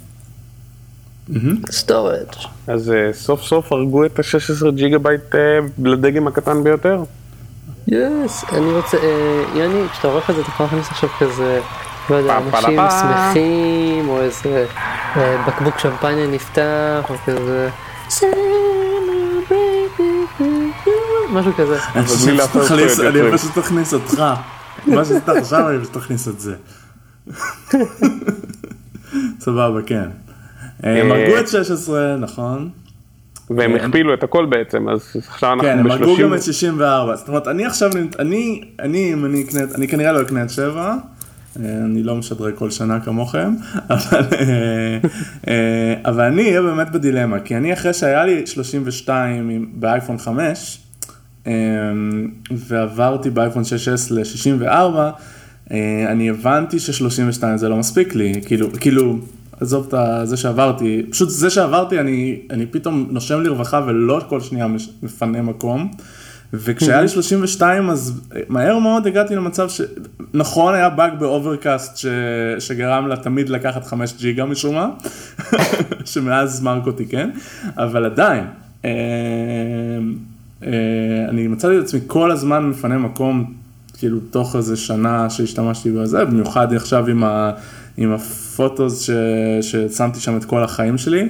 סטורג'. אז סוף סוף הרגו את ה-שש עשרה ג'יגה בייט לדגם הקטן ביותר. יס, אני רוצה, יוני, כשאתה עורך את זה, אתה יכול להכניס עכשיו כזה, לא יודע, אנשים שמחים, או איזה בקבוק שמפניה נפתח, או כזה, משהו כזה. אני פשוט תכניס אותך, מה שאתה עכשיו, אני פשוט תכניס את זה. סבבה, כן. הם הרגו את שש עשרה, נכון? והם הכפילו את הכל בעצם, אז עכשיו אנחנו כן, הם ב-שלושים. הרגו גם את שישים וארבע. זאת אומרת, אני עכשיו, אני, אני, אם אני אקנה, אני כנראה לא אקנה את שבע, אני לא משדרג כל שנה כמוכם, אבל, אבל אני אהיה באמת בדילמה, כי אני אחרי שהיה לי שלושים ושתיים באייפון חמש, ועברתי באייפון שש אס ל-שישים וארבע, אני הבנתי ש-שלושים ושתיים זה לא מספיק לי, כאילו, כאילו, עזוב את זה שעברתי, פשוט זה שעברתי, אני, אני פתאום נושם לרווחה ולא כל שנייה מפנה מקום, וכשהיה לי שלושים ושתיים אז מהר מאוד הגעתי למצב שנכון היה באג באוברקאסט ש... שגרם לה תמיד לקחת חמש ג'יגה משום מה, שמאז מרק אותי, כן? אבל עדיין, אה, אה, אני מצאתי את עצמי כל הזמן מפנה מקום, כאילו תוך איזה שנה שהשתמשתי בזה, במיוחד עכשיו עם ה... עם הפוטוס ש... ששמתי שם את כל החיים שלי,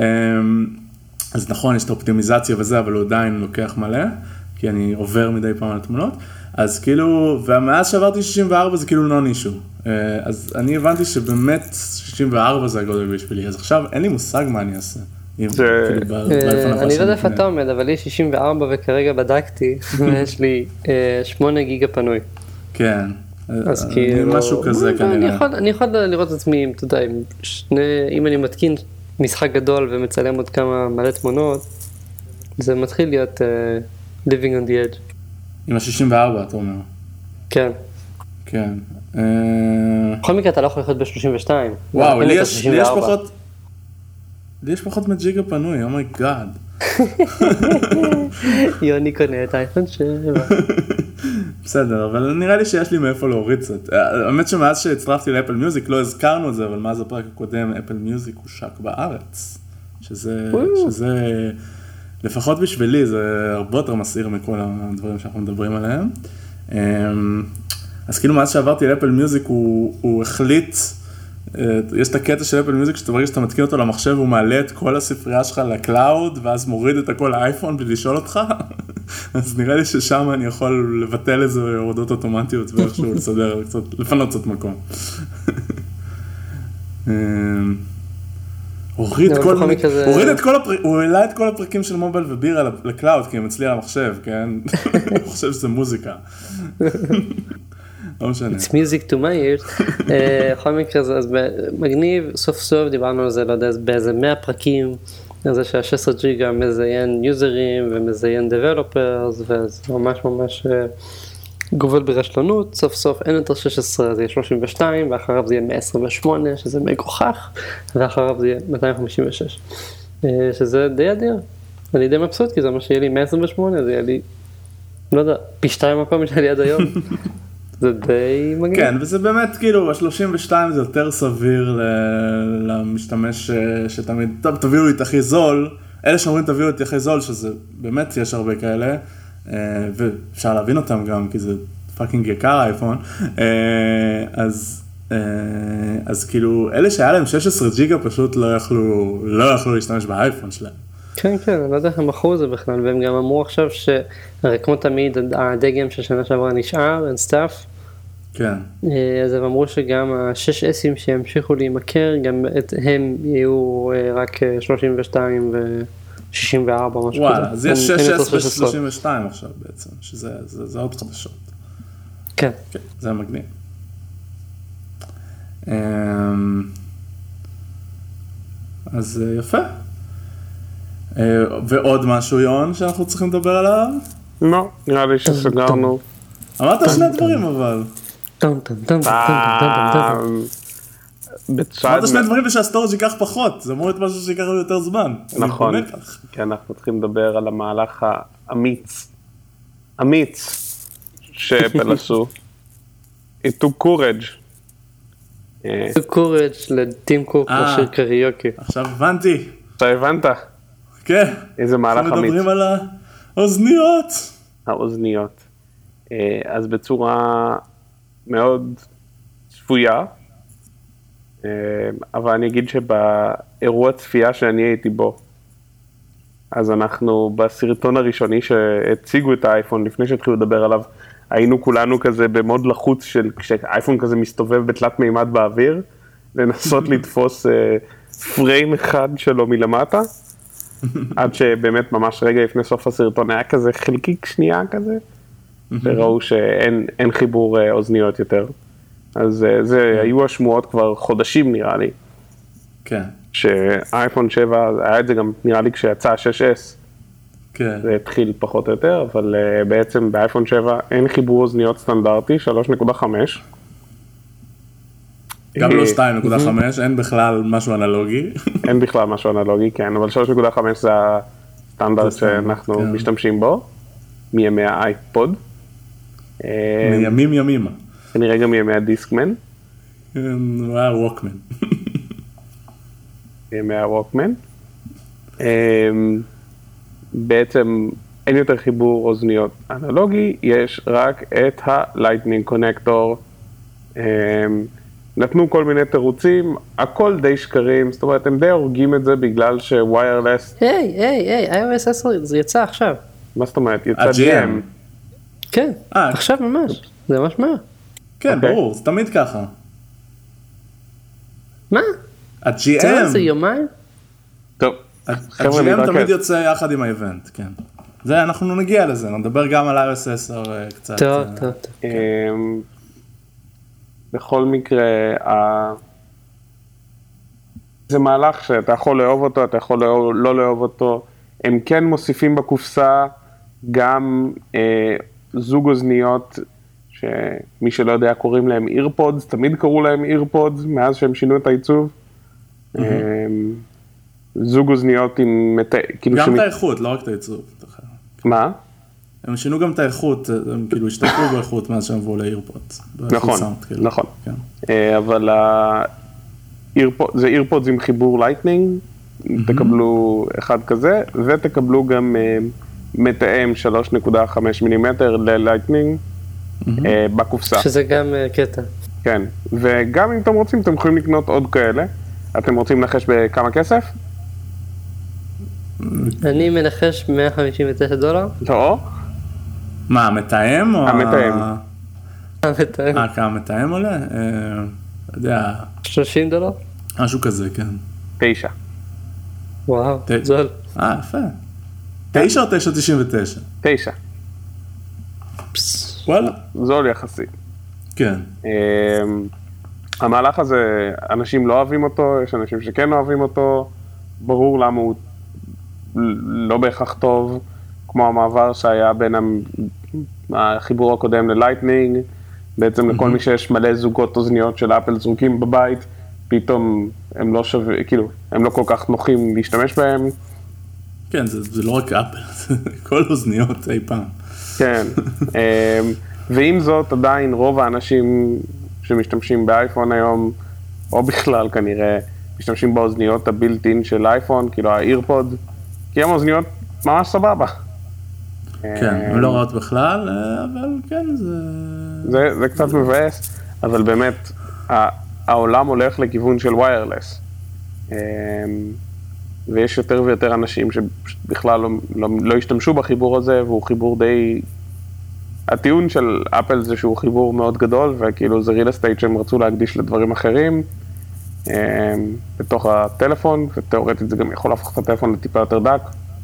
אז נכון, יש את האופטימיזציה וזה, אבל הוא עדיין לוקח מלא, כי אני עובר מדי פעם על התמונות, אז כאילו, ומאז שעברתי שישים וארבע זה כאילו לא נישהו, אז אני הבנתי שבאמת שישים וארבע זה הגודל בשבילי, אז עכשיו אין לי מושג מה אני אעשה. אני לא יודע איפה אתה עומד, אבל יש שישים וארבע וכרגע בדקתי, ויש לי שמונה גיגה פנוי. כן. אז כאילו, משהו כזה כנראה. אני יכול לראות את עצמי, אתה יודע, אם אני מתקין משחק גדול ומצלם עוד כמה מלא תמונות, זה מתחיל להיות living on the edge. עם ה-שישים וארבע, אתה אומר. כן. כן. בכל מקרה אתה לא יכול לחיות ב-שלושים ושתיים. וואו, לי יש פחות, לי יש פחות מג'יגה פנוי, oh my god. יוני קונה את אייפון שבע. בסדר, אבל נראה לי שיש לי מאיפה להוריד קצת. האמת שמאז שהצטרפתי לאפל מיוזיק, לא הזכרנו את זה, אבל מאז הפרק הקודם, אפל מיוזיק הושק בארץ. שזה, שזה, לפחות בשבילי, זה הרבה יותר מסעיר מכל הדברים שאנחנו מדברים עליהם. אז כאילו מאז שעברתי לאפל מיוזיק, הוא, הוא החליט, יש את הקטע של אפל מיוזיק, שאתה ברגע שאתה מתקין אותו למחשב, הוא מעלה את כל הספרייה שלך לקלאוד, ואז מוריד את הכל לאייפון בלי לשאול אותך. אז נראה לי ששם אני יכול לבטל איזה הורדות אוטומטיות, ואיכשהו לסדר, קצת, לפנות קצת מקום. הוריד כל, הוריד את כל הפרקים, הוא העלה את כל הפרקים של מובייל ובירה לקלאוד, כי הם אצלי על המחשב, כן? אני חושב שזה מוזיקה. לא משנה. It's music to my ears. בכל מקרה זה מגניב, סוף סוף דיברנו על זה, לא יודע, באיזה מאה פרקים, זה שה-שש עשרה ג'יגה מזיין יוזרים ומזיין דבלופרס, וזה ממש ממש גובל ברשלנות. סוף סוף אין יותר שש עשרה, זה יהיה שלושים ושתיים, ואחריו זה יהיה מאה עשרים ושמונה, שזה מגוחך, ואחריו זה יהיה מאתיים חמישים ושש, שזה די אדיר. אני די מבסוט, כי זה מה שיהיה לי מאה עשרים ושמונה, זה יהיה לי, לא יודע, פי שתיים מקום שהיה לי עד היום. זה די מגניב. כן, וזה באמת, כאילו, ה-שלושים ושתיים זה יותר סביר למשתמש שתמיד, טוב, תביאו לי את הכי זול, אלה שאומרים תביאו את הכי זול, שזה באמת יש הרבה כאלה, ואפשר להבין אותם גם, כי זה פאקינג יקר האייפון, אז, אז כאילו, אלה שהיה להם שש עשרה ג'יגה פשוט לא יכלו, לא יכלו להשתמש באייפון שלהם. כן, כן, אני לא יודע איך הם מכרו את זה בכלל, והם גם אמרו עכשיו שהרי כמו תמיד הדגם של שנה שעברה נשאר, and stuff. כן. אז הם אמרו שגם ה-שש אסים שימשיכו להימכר, גם הם יהיו רק שלושים ושתיים ו-שישים וארבע, משהו כזה. וואלה, אז יש שש אס ו-שלושים ושתיים עכשיו בעצם, שזה עוד חדשות. כן. כן, זה מגניב. אז יפה. ועוד משהו, יון, שאנחנו צריכים לדבר עליו? לא, נראה לי שסגרנו. אמרת שני דברים אבל. אמרת שני דברים ושהסטורג' ייקח פחות, זה אמור להיות משהו שיקח לו יותר זמן. נכון, כי אנחנו צריכים לדבר על המהלך האמיץ, אמיץ, שאפל עשו. It took courage. It took courage לטים קוק לשיר קריוקי. עכשיו הבנתי. אתה הבנת? כן. איזה מהלך אמיץ. מדברים על האוזניות. האוזניות. אז בצורה מאוד צפויה, אבל אני אגיד שבאירוע צפייה שאני הייתי בו, אז אנחנו בסרטון הראשוני שהציגו את האייפון לפני שהתחילו לדבר עליו, היינו כולנו כזה במוד לחוץ של כשהאייפון כזה מסתובב בתלת מימד באוויר, לנסות לתפוס פריים אחד שלו מלמטה, עד שבאמת ממש רגע לפני סוף הסרטון היה כזה חלקיק שנייה כזה, וראו שאין חיבור אוזניות יותר. אז זה היו השמועות כבר חודשים נראה לי. כן. שאייפון שבע, היה את זה גם נראה לי כשיצא ה-שש אס. כן. זה התחיל פחות או יותר, אבל בעצם באייפון שבע אין חיבור אוזניות סטנדרטי, שלוש נקודה חמש. גם לא שתיים נקודה חמש, אין בכלל משהו אנלוגי. אין בכלל משהו אנלוגי, כן, אבל שלוש נקודה חמש זה הסטנדרט שאנחנו משתמשים בו, מימי האייפוד. מימים ימימה. כנראה גם מימי הדיסקמן. הוא היה ווקמן. מימי הווקמן. בעצם אין יותר חיבור אוזניות אנלוגי, יש רק את ה-Lightning Connector. נתנו כל מיני תירוצים, הכל די שקרים, זאת אומרת, הם די הורגים את זה בגלל שוויירלס... היי, היי, היי, איי או אס עשר, זה יצא עכשיו. מה זאת אומרת? יצא ג'י אם. כן, עכשיו ממש, זה ממש מה. כן, ברור, זה תמיד ככה. מה? ה-ג'י אם... זה יומיים? טוב. ה-ג'י אם תמיד יוצא יחד עם האיבנט, כן. זה, אנחנו נגיע לזה, נדבר גם על איי או אס עשר קצת. טוב, טוב, טוב. בכל מקרה, זה מהלך שאתה יכול לאהוב אותו, אתה יכול לא לאהוב אותו. הם כן מוסיפים בקופסה גם זוג אוזניות, שמי שלא יודע קוראים להם אירפודס, תמיד קראו להם אירפודס מאז שהם שינו את העיצוב. זוג אוזניות עם... גם את האיכות, לא רק את העיצוב. מה? הם שינו גם את האיכות, הם כאילו השתפרו באיכות מאז שהם עברו לאירפודס. נכון, נכון. אבל זה אירפודס עם חיבור לייטנינג, תקבלו אחד כזה, ותקבלו גם מתאם שלוש נקודה חמש מילימטר ללייטנינג בקופסה. שזה גם קטע. כן, וגם אם אתם רוצים, אתם יכולים לקנות עוד כאלה. אתם רוצים לנחש בכמה כסף? אני מנחש מאה חמישים ותשע דולר. לא. מה, המתאם? המתאם. המתאם. אה, כמה המתאם עולה? אה, לא יודע. שלושים דולר? משהו כזה, כן. תשע. וואו, זול. אה, יפה. תשע או תשע תשעים ותשע? תשע. וואלה. זול יחסי. כן. המהלך הזה, אנשים לא אוהבים אותו, יש אנשים שכן אוהבים אותו, ברור למה הוא לא בהכרח טוב, כמו המעבר שהיה בין החיבור הקודם ללייטנינג, בעצם לכל מי שיש מלא זוגות אוזניות של אפל זרוקים בבית, פתאום הם לא שווה, כאילו, הם לא כל כך נוחים להשתמש בהם. כן, זה, זה לא רק אפל, זה כל אוזניות אי פעם. כן, ועם זאת עדיין רוב האנשים שמשתמשים באייפון היום, או בכלל כנראה, משתמשים באוזניות הבילט-אין של אייפון, כאילו האירפוד, כי הם אוזניות ממש סבבה. כן, הם לא רעות בכלל, אבל כן, זה... זה, זה קצת מבאס, אבל באמת, העולם הולך לכיוון של ויירלס. ויש יותר ויותר אנשים שבכלל לא, לא, לא השתמשו בחיבור הזה, והוא חיבור די... הטיעון של אפל זה שהוא חיבור מאוד גדול, וכאילו זה real estate שהם רצו להקדיש לדברים אחרים, בתוך הטלפון, ותיאורטית זה גם יכול להפוך את הטלפון לטיפה יותר דק.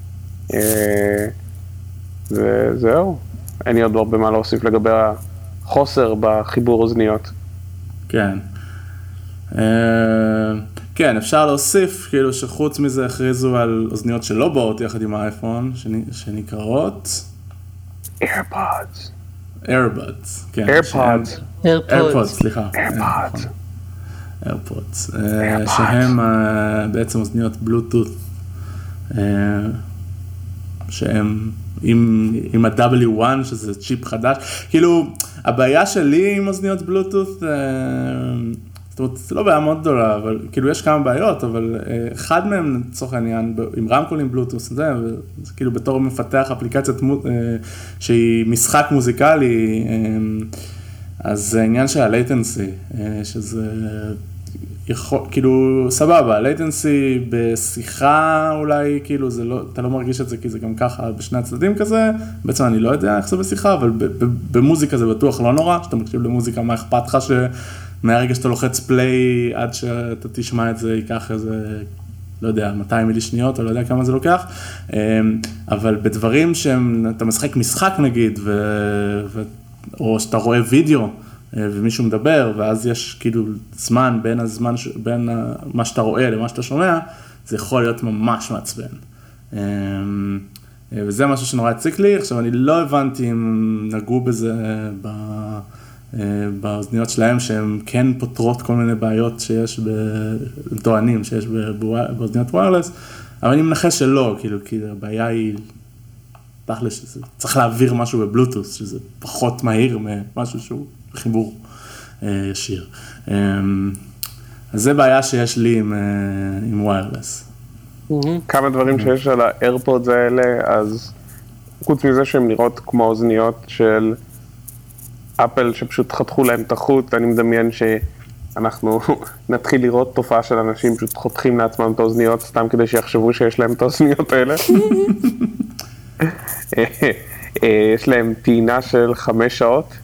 וזהו, אין לי עוד הרבה מה להוסיף לגבי החוסר בחיבור אוזניות. כן. כן, אפשר להוסיף, כאילו שחוץ מזה הכריזו על אוזניות שלא באות יחד עם האייפון, שנקראות... AirPods. AirPods, כן. AirPods. AirPods, סליחה. AirPods. AirPods, שהם בעצם אוזניות בלוטות' שהם עם, עם ה-דאבליו וואן, שזה צ'יפ חדש. כאילו, הבעיה שלי עם אוזניות בלוטות', זאת אומרת, זה לא בעיה מאוד גדולה, אבל כאילו יש כמה בעיות, אבל אחד מהם, לצורך העניין, עם רמקולים בלוטות', זה, זה כאילו בתור מפתח אפליקציית שהיא משחק מוזיקלי, אז זה העניין של הלייטנסי, שזה יכול, כאילו, סבבה, לייטנסי בשיחה אולי, כאילו, זה לא, אתה לא מרגיש את זה, כי זה גם ככה בשני הצדדים כזה, בעצם אני לא יודע איך זה בשיחה, אבל במוזיקה זה בטוח לא נורא, שאתה מקשיב למוזיקה, מה אכפת לך שמהרגע שאתה לוחץ פליי, עד שאתה תשמע את זה, ייקח איזה, לא יודע, מאתיים מילי שניות, או לא יודע כמה זה לוקח, אבל בדברים שאתה משחק משחק נגיד, ו, ו, או שאתה רואה וידאו, ומישהו מדבר, ואז יש כאילו זמן בין הזמן, בין מה שאתה רואה למה שאתה שומע, זה יכול להיות ממש מעצבן. וזה משהו שנורא הציק לי. עכשיו, אני לא הבנתי אם נגעו בזה באוזניות שלהם, שהן כן פותרות כל מיני בעיות שיש, טוענים שיש באוזניות ויירלס, אבל אני מנחש שלא, כאילו, כי הבעיה היא, תכל'ס, צריך להעביר משהו בבלוטות', שזה פחות מהיר ממשהו שהוא חיבור ישיר. אז זה בעיה שיש לי עם, עם ויירלס. כמה דברים שיש על האיירפודס האלה, אז חוץ מזה שהם נראות כמו אוזניות של אפל שפשוט חתכו להם את החוט, אני מדמיין שאנחנו נתחיל לראות תופעה של אנשים פשוט חותכים לעצמם את האוזניות, סתם כדי שיחשבו שיש להם את האוזניות האלה. יש להם טעינה של חמש שעות,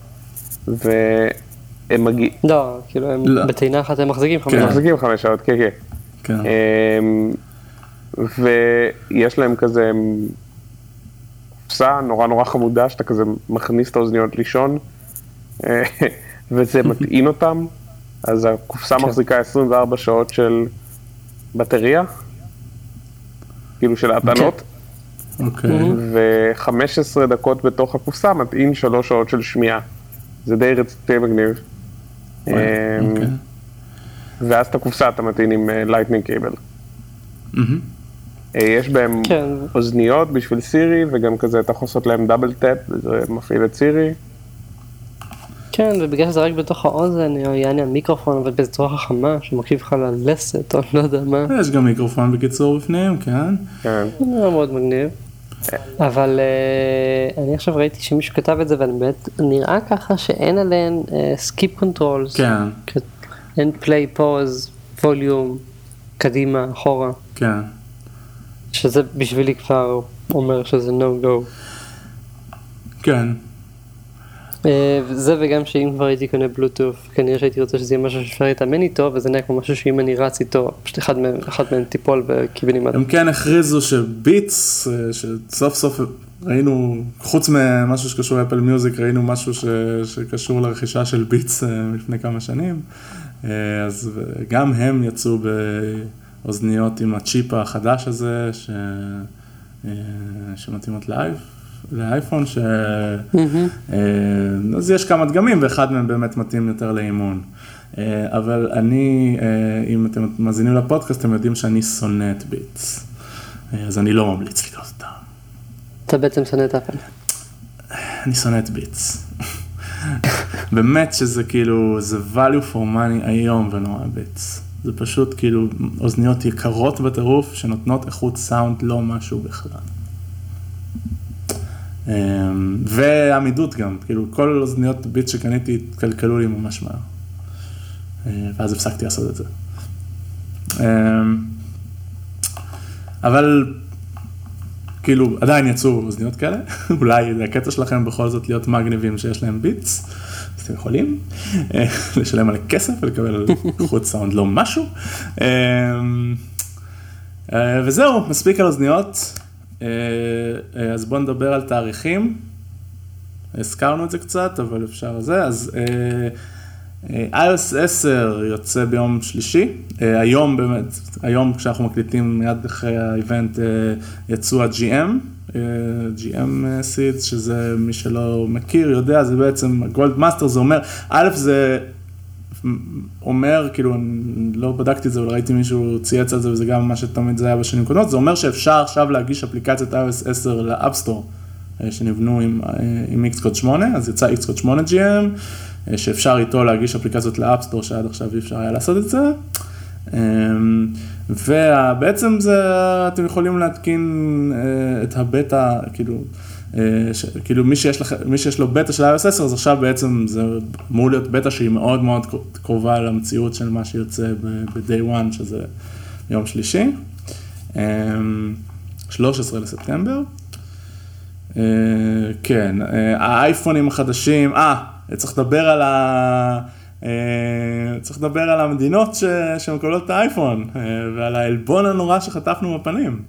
והם מגיעים... לא, כאילו הם בטעינה אחת הם מחזיקים חמש שעות. שעות. מחזיקים חמש שעות, כן, כן. ויש להם כזה קופסה נורא נורא חמודה, שאתה כזה מכניס את האוזניות לישון, וזה מטעין אותם, אז הקופסה מחזיקה עשרים וארבע שעות של בטריה, כאילו של הטענות. אוקיי. ו-חמש עשרה דקות בתוך הקופסה מטעין שלוש שעות של שמיעה. זה די רציתי מגניב. ואז את הקופסה אתה מטעין עם לייטנינג קייבל. יש בהם אוזניות בשביל סירי, וגם כזה אתה יכול לעשות להם דאבל טאפ, וזה מפעיל את סירי. כן, ובגלל שזה רק בתוך האוזן, או יעני המיקרופון, אבל בצורה חכמה, שמקשיב לך ללסת, או לא יודע מה. יש גם מיקרופון בקיצור בפניהם, כן. כן. זה מאוד מגניב. אבל אני עכשיו ראיתי שמישהו כתב את זה, ואני באמת נראה ככה שאין עליהן סקיפ קונטרולס. כן. אין פליי, פוז, ווליום, קדימה, אחורה. כן. שזה בשבילי כבר אומר שזה no go. כן. זה וגם שאם כבר הייתי קונה בלוטות', כנראה שהייתי רוצה שזה יהיה משהו שאפשר להתאמן איתו, וזה נראה כמו משהו שאם אני רץ איתו, פשוט אחד מהם תיפול בכיוונים. הם כן הכריזו שביטס, שסוף סוף ראינו, חוץ ממשהו שקשור לאפל מיוזיק, ראינו משהו שקשור לרכישה של ביטס לפני כמה שנים, אז גם הם יצאו באוזניות עם הצ'יפ החדש הזה, שמתאימות לאייפון, ש... אז יש כמה דגמים, ואחד מהם באמת מתאים יותר לאימון. אבל אני, אם אתם מאזינים לפודקאסט, אתם יודעים שאני שונא את ביטס. אז אני לא ממליץ לקנות אותם. אתה בעצם שונא את אפל. אני שונא את ביטס. באמת שזה כאילו, זה value for money היום ונורא ביטס. זה פשוט כאילו אוזניות יקרות בטירוף, שנותנות איכות סאונד לא משהו בכלל. ועמידות גם, כאילו כל אוזניות ביטס שקניתי התקלקלו לי ממש מהר. ואז הפסקתי לעשות את זה. אבל כאילו עדיין יצאו אוזניות כאלה, אולי זה הקטע שלכם בכל זאת להיות מגניבים שיש להם ביטס, אז אתם יכולים לשלם על כסף ולקבל איכות סאונד לא משהו. וזהו, מספיק על אוזניות, אז בואו נדבר על תאריכים, הזכרנו את זה קצת, אבל אפשר זה, אז איי או אס עשר יוצא ביום שלישי, היום באמת, היום כשאנחנו מקליטים מיד אחרי האיבנט יצאו ה-ג'י אם, ג'י אם Seeds, שזה מי שלא מכיר, יודע, זה בעצם גולד מאסטר, זה אומר, א' זה אומר, כאילו, לא בדקתי את זה, אבל ראיתי מישהו צייץ על זה, וזה גם מה שתמיד זה היה בשנים קודמות, זה אומר שאפשר עכשיו להגיש אפליקציית איי או אס עשר לאפסטור, שנבנו עם, עם Xcode שמונה, אז יצא Xcode שמונה ג'י אם, שאפשר איתו להגיש אפליקציות לאפסטור, שעד עכשיו אי אפשר היה לעשות את זה. ובעצם זה, אתם יכולים להתקין את הבטא, כאילו, כאילו מי שיש, לכ... מי שיש לו בטא של איי או אס עשר, אז עכשיו בעצם זה אמור להיות בטא שהיא מאוד מאוד קרובה למציאות של מה שיוצא ב-day one, שזה יום שלישי, שלושה עשר לספטמבר. כן, האייפונים החדשים, אה, צריך לדבר על ה... צריך לדבר על המדינות שמקבלות את האייפון, ועל העלבון הנורא שחטפנו בפנים.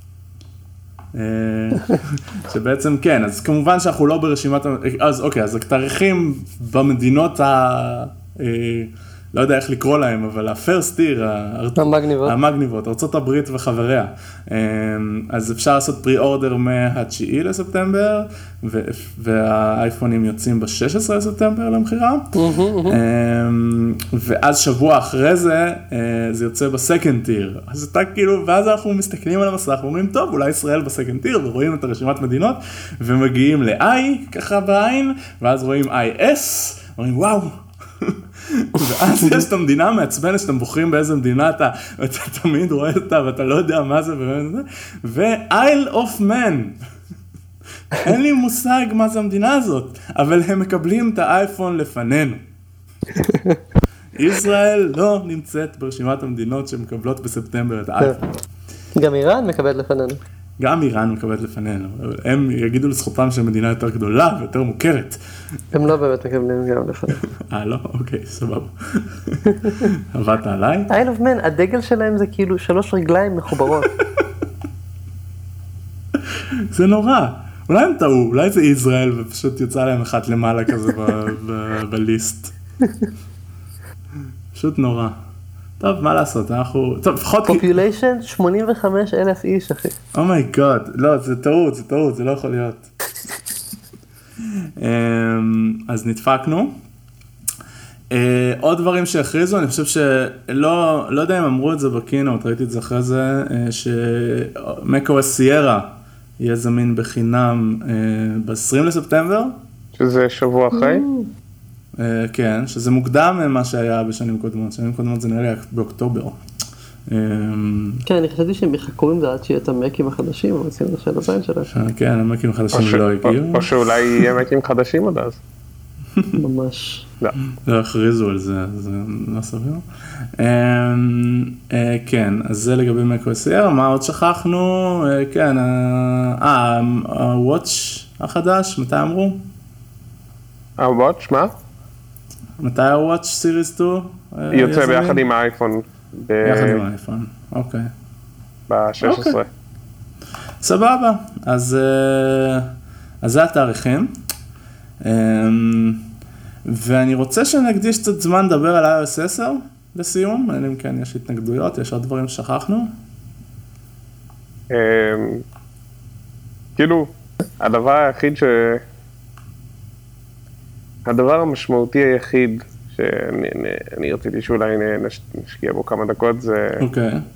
שבעצם כן, אז כמובן שאנחנו לא ברשימת, אז אוקיי, אז התאריכים במדינות ה... לא יודע איך לקרוא להם, אבל ה-first tier, המגניבות, המגניבות, ארצות הברית וחבריה. אז אפשר לעשות פרי-אורדר מה-תשיעי לספטמבר, והאייפונים יוצאים ב-שישה עשר לספטמבר למחירה. ואז שבוע אחרי זה, זה יוצא בסקנד טיר. אז אתה כאילו, ואז אנחנו מסתכלים על המסך, ואומרים, טוב, אולי ישראל בסקנד טיר, ורואים את הרשימת מדינות, ומגיעים ל-I, ככה בעין, ואז רואים איי אס, ואומרים, וואו, ואז יש את המדינה המעצבנת שאתם בוחרים באיזה מדינה אתה, ואתה תמיד רואה אותה ואתה לא יודע מה זה, ו-Isle of Man. אין לי מושג מה זה המדינה הזאת, אבל הם מקבלים את האייפון לפנינו. ישראל לא נמצאת ברשימת המדינות שמקבלות בספטמבר את האייפון. גם איראן מקבלת לפנינו. גם איראן מקבלת לפנינו, הם יגידו לזכותם של מדינה יותר גדולה ויותר מוכרת. הם לא באמת מקבלים גם לפנינו. אה, לא? אוקיי, סבבה. עבדת עליי? Isle of Man, הדגל שלהם זה כאילו שלוש רגליים מחוברות. זה נורא. אולי הם טעו, אולי זה ישראל ופשוט יצא להם אחת למעלה כזה בליסט. פשוט נורא. טוב, מה לעשות, אנחנו... טוב, לפחות... פופוליישן שמונים וחמישה אלף איש, אחי. אומייגוד, לא, זה טעות, זה טעות, זה לא יכול להיות. אז נדפקנו. עוד דברים שהכריזו, אני חושב שלא, לא יודע אם אמרו את זה בקינות, ראיתי את זה אחרי זה, ש-macOS Sierra יהיה זמין בחינם ב-עשרים לספטמבר. שזה שבוע אחרי? כן, שזה מוקדם ממה שהיה בשנים קודמות, שנים קודמות זה נראה לי באוקטובר. כן, אני חשבתי שהם יחכו עם זה עד שיהיה את המקים החדשים, או עושים את השאלה זין שלהם. כן, המקים החדשים לא הגיעו. או שאולי יהיה מקים חדשים עוד אז. ממש. לא הכריזו על זה, זה לא סביר. כן, אז זה לגבי macOS Sierra, מה עוד שכחנו? כן, אה, ה-Watch החדש, מתי אמרו? ה-Watch, מה? מתי ה-Watch Series שתיים? יוצא ביחד עם האייפון. ביחד עם האייפון, אוקיי. ב-שש עשרה. סבבה, אז זה התאריכים. ואני רוצה שנקדיש קצת זמן לדבר על איי או אס עשר לסיום, אם כן יש התנגדויות, יש עוד דברים ששכחנו. כאילו, הדבר היחיד ש... הדבר המשמעותי היחיד שאני אני, אני רציתי שאולי נש, נשקיע בו כמה דקות זה... אוקיי. Okay.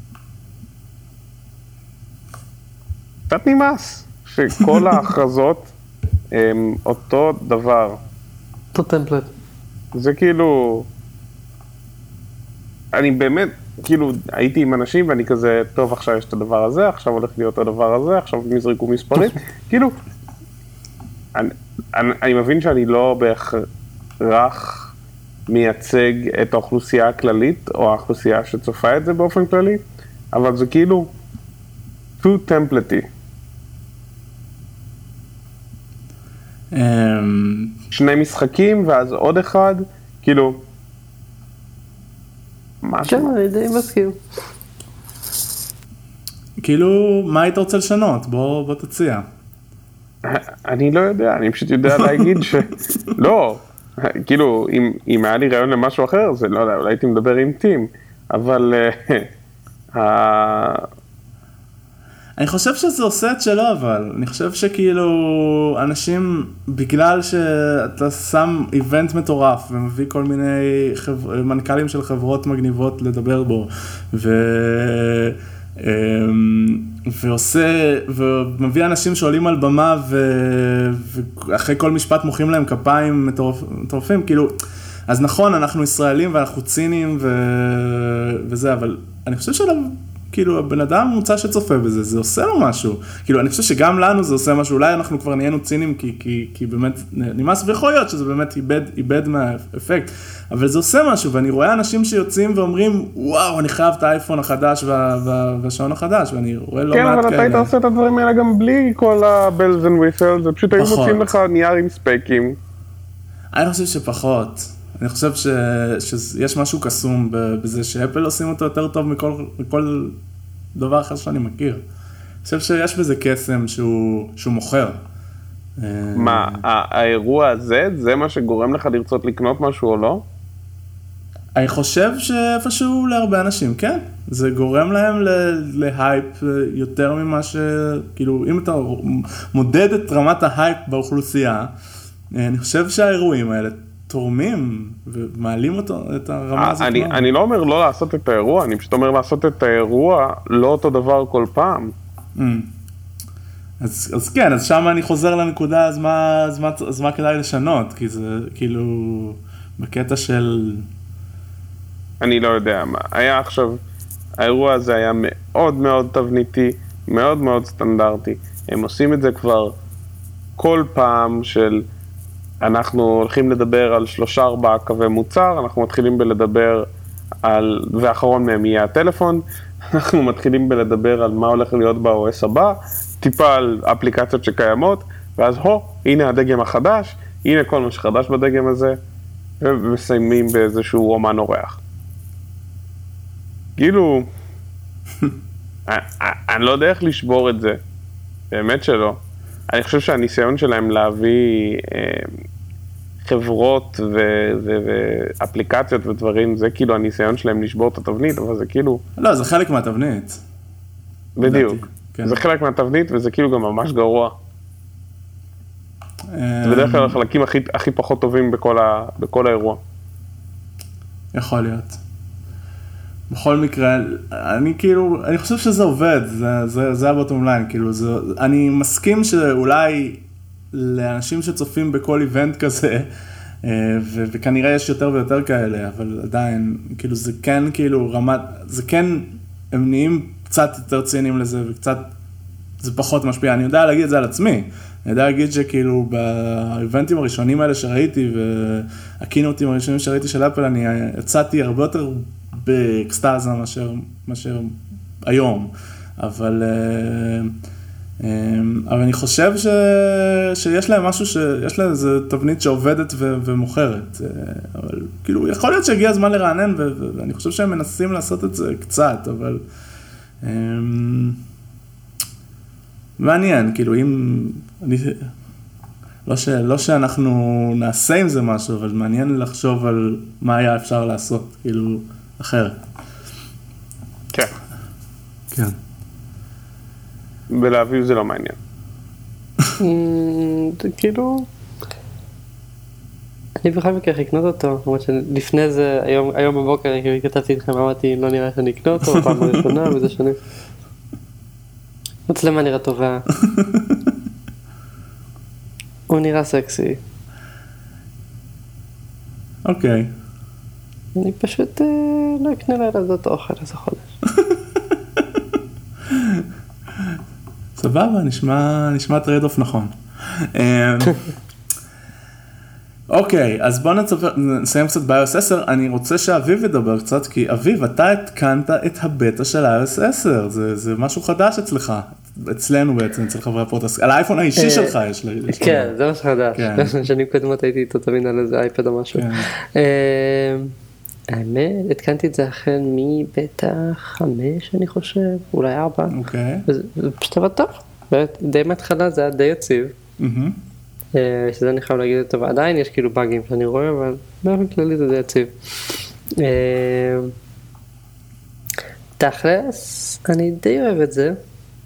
קצת נמאס, שכל ההכרזות הם אותו דבר. אותו טמפלט. זה כאילו... אני באמת, כאילו, הייתי עם אנשים ואני כזה, טוב, עכשיו יש את הדבר הזה, עכשיו הולך להיות הדבר הזה, עכשיו הם יזרקו מספרית, כאילו... אני, אני, אני מבין שאני לא בהכרח מייצג את האוכלוסייה הכללית, או האוכלוסייה שצופה את זה באופן כללי, אבל זה כאילו too template-y. Um... שני משחקים ואז עוד אחד, כאילו... כן, אני די מסכים. כאילו, מה היית רוצה לשנות? בוא, בוא תציע. אני לא יודע, אני פשוט יודע להגיד ש... לא, כאילו, אם, אם היה לי רעיון למשהו אחר, זה לא יודע, אולי הייתי מדבר עם טים, אבל... Uh, אני חושב שזה עושה את שלו, אבל אני חושב שכאילו אנשים, בגלל שאתה שם איבנט מטורף ומביא כל מיני חבר... מנכ"לים של חברות מגניבות לדבר בו, ו... ועושה, ומביא אנשים שעולים על במה ו... ואחרי כל משפט מוחאים להם כפיים מטורפ... מטורפים, כאילו, אז נכון, אנחנו ישראלים ואנחנו ציניים ו... וזה, אבל אני חושב שלא... כאילו, הבן אדם מוצא שצופה בזה, זה עושה לו משהו. כאילו, אני חושב שגם לנו זה עושה משהו, אולי אנחנו כבר נהיינו צינים, כי, כי, כי באמת נמאס, ויכול להיות שזה באמת איבד, איבד מהאפקט, אבל זה עושה משהו, ואני רואה אנשים שיוצאים ואומרים, וואו, אני חייב את האייפון החדש וה, וה, והשעון החדש, ואני רואה לא כן, מעט כאלה. כן, אבל אתה היית עושה את הדברים האלה גם בלי כל ה-bells and whistles, זה פשוט היו מוצאים לך נייר עם ספקים. אני חושב שפחות. אני חושב ש, שיש משהו קסום בזה שאפל עושים אותו יותר טוב מכל, מכל דבר אחר שאני מכיר. אני חושב שיש בזה קסם שהוא, שהוא מוכר. מה, האירוע הזה, זה מה שגורם לך לרצות לקנות משהו או לא? אני חושב שאיפשהו להרבה אנשים, כן. זה גורם להם להייפ יותר ממה ש... כאילו, אם אתה מודד את רמת ההייפ באוכלוסייה, אני חושב שהאירועים האלה תורמים ומעלים אותו, את הרמה הזאת. אני, אני לא אומר לא לעשות את האירוע, אני פשוט אומר לעשות את האירוע לא אותו דבר כל פעם. Mm. אז, אז כן, אז שם אני חוזר לנקודה, אז מה, אז מה, אז מה כדאי לשנות? כי זה כאילו בקטע של... אני לא יודע מה. היה עכשיו, האירוע הזה היה מאוד מאוד תבניתי, מאוד מאוד סטנדרטי. הם עושים את זה כבר כל פעם של... אנחנו הולכים לדבר על שלושה ארבעה קווי מוצר, אנחנו מתחילים בלדבר על, ואחרון מהם יהיה הטלפון, אנחנו מתחילים בלדבר על מה הולך להיות ב-או אס הבא, טיפה על אפליקציות שקיימות, ואז הו, הנה הדגם החדש, הנה כל מה שחדש בדגם הזה, ומסיימים באיזשהו אומן אורח. כאילו, אני לא יודע איך לשבור את זה, באמת שלא. אני חושב שהניסיון שלהם להביא אה, חברות ו- ו- ואפליקציות ודברים, זה כאילו הניסיון שלהם לשבור את התבנית, אבל זה כאילו... לא, זה חלק מהתבנית. בדיוק. כן. זה חלק מהתבנית וזה כאילו גם ממש גרוע. זה בדרך כלל החלקים הכי, הכי פחות טובים בכל, ה- בכל האירוע. יכול להיות. בכל מקרה, אני כאילו, אני חושב שזה עובד, זה, זה, זה הבוטום ליין, כאילו, זה, אני מסכים שאולי לאנשים שצופים בכל איבנט כזה, ו, וכנראה יש יותר ויותר כאלה, אבל עדיין, כאילו, זה כן, כאילו, רמת, זה כן, הם נהיים קצת יותר ציניים לזה, וקצת, זה פחות משפיע, אני יודע להגיד את זה על עצמי, אני יודע להגיד שכאילו, באיבנטים הראשונים האלה שראיתי, והקינוטים הראשונים שראיתי של אפל, אני יצאתי הרבה יותר, באקסטאזה מאשר, מאשר היום, אבל, אבל אני חושב ש, שיש להם משהו, שיש להם איזו תבנית שעובדת ו, ומוכרת, אבל כאילו יכול להיות שהגיע הזמן לרענן, ו, ואני חושב שהם מנסים לעשות את זה קצת, אבל מעניין, כאילו אם, אני, לא, ש, לא שאנחנו נעשה עם זה משהו, אבל מעניין לחשוב על מה היה אפשר לעשות, כאילו, אחרת. כן. כן. ולהביא זה לא מעניין. זה כאילו... אני בכלל מכך לקנות אותו, למרות שלפני זה, היום, היום בבוקר כתבתי לכם, אמרתי, לא נראה שאני אקנה אותו, פעם ראשונה, וזה שנים. מצלמה נראה טובה. הוא נראה סקסי. אוקיי. אני פשוט אה, לא אקנה לילדות אוכל איזה חודש. סבבה, נשמע, נשמע טרייד אוף נכון. אוקיי, אז בואו נסיים קצת ב-איי או אס עשר, אני רוצה שאביב ידבר קצת, כי אביב, אתה התקנת את הבטא של איי או אס עשר, זה, זה משהו חדש אצלך, אצלנו בעצם, אצל חברי הפודקאסט, על האייפון האישי שלך יש לי. כן, זה מה שחדש, שנים קודמות הייתי איתו תמיד על איזה אייפד או משהו. האמת, התקנתי את זה החל מבטא חמש, אני חושב, אולי ארבע, זה פשוט עבד טוב, די מההתחלה זה היה די יציב. שזה אני חייב להגיד אותו, ועדיין יש כאילו באגים שאני רואה, אבל באופן כללי זה די יציב. תכלס, אני די אוהב את זה.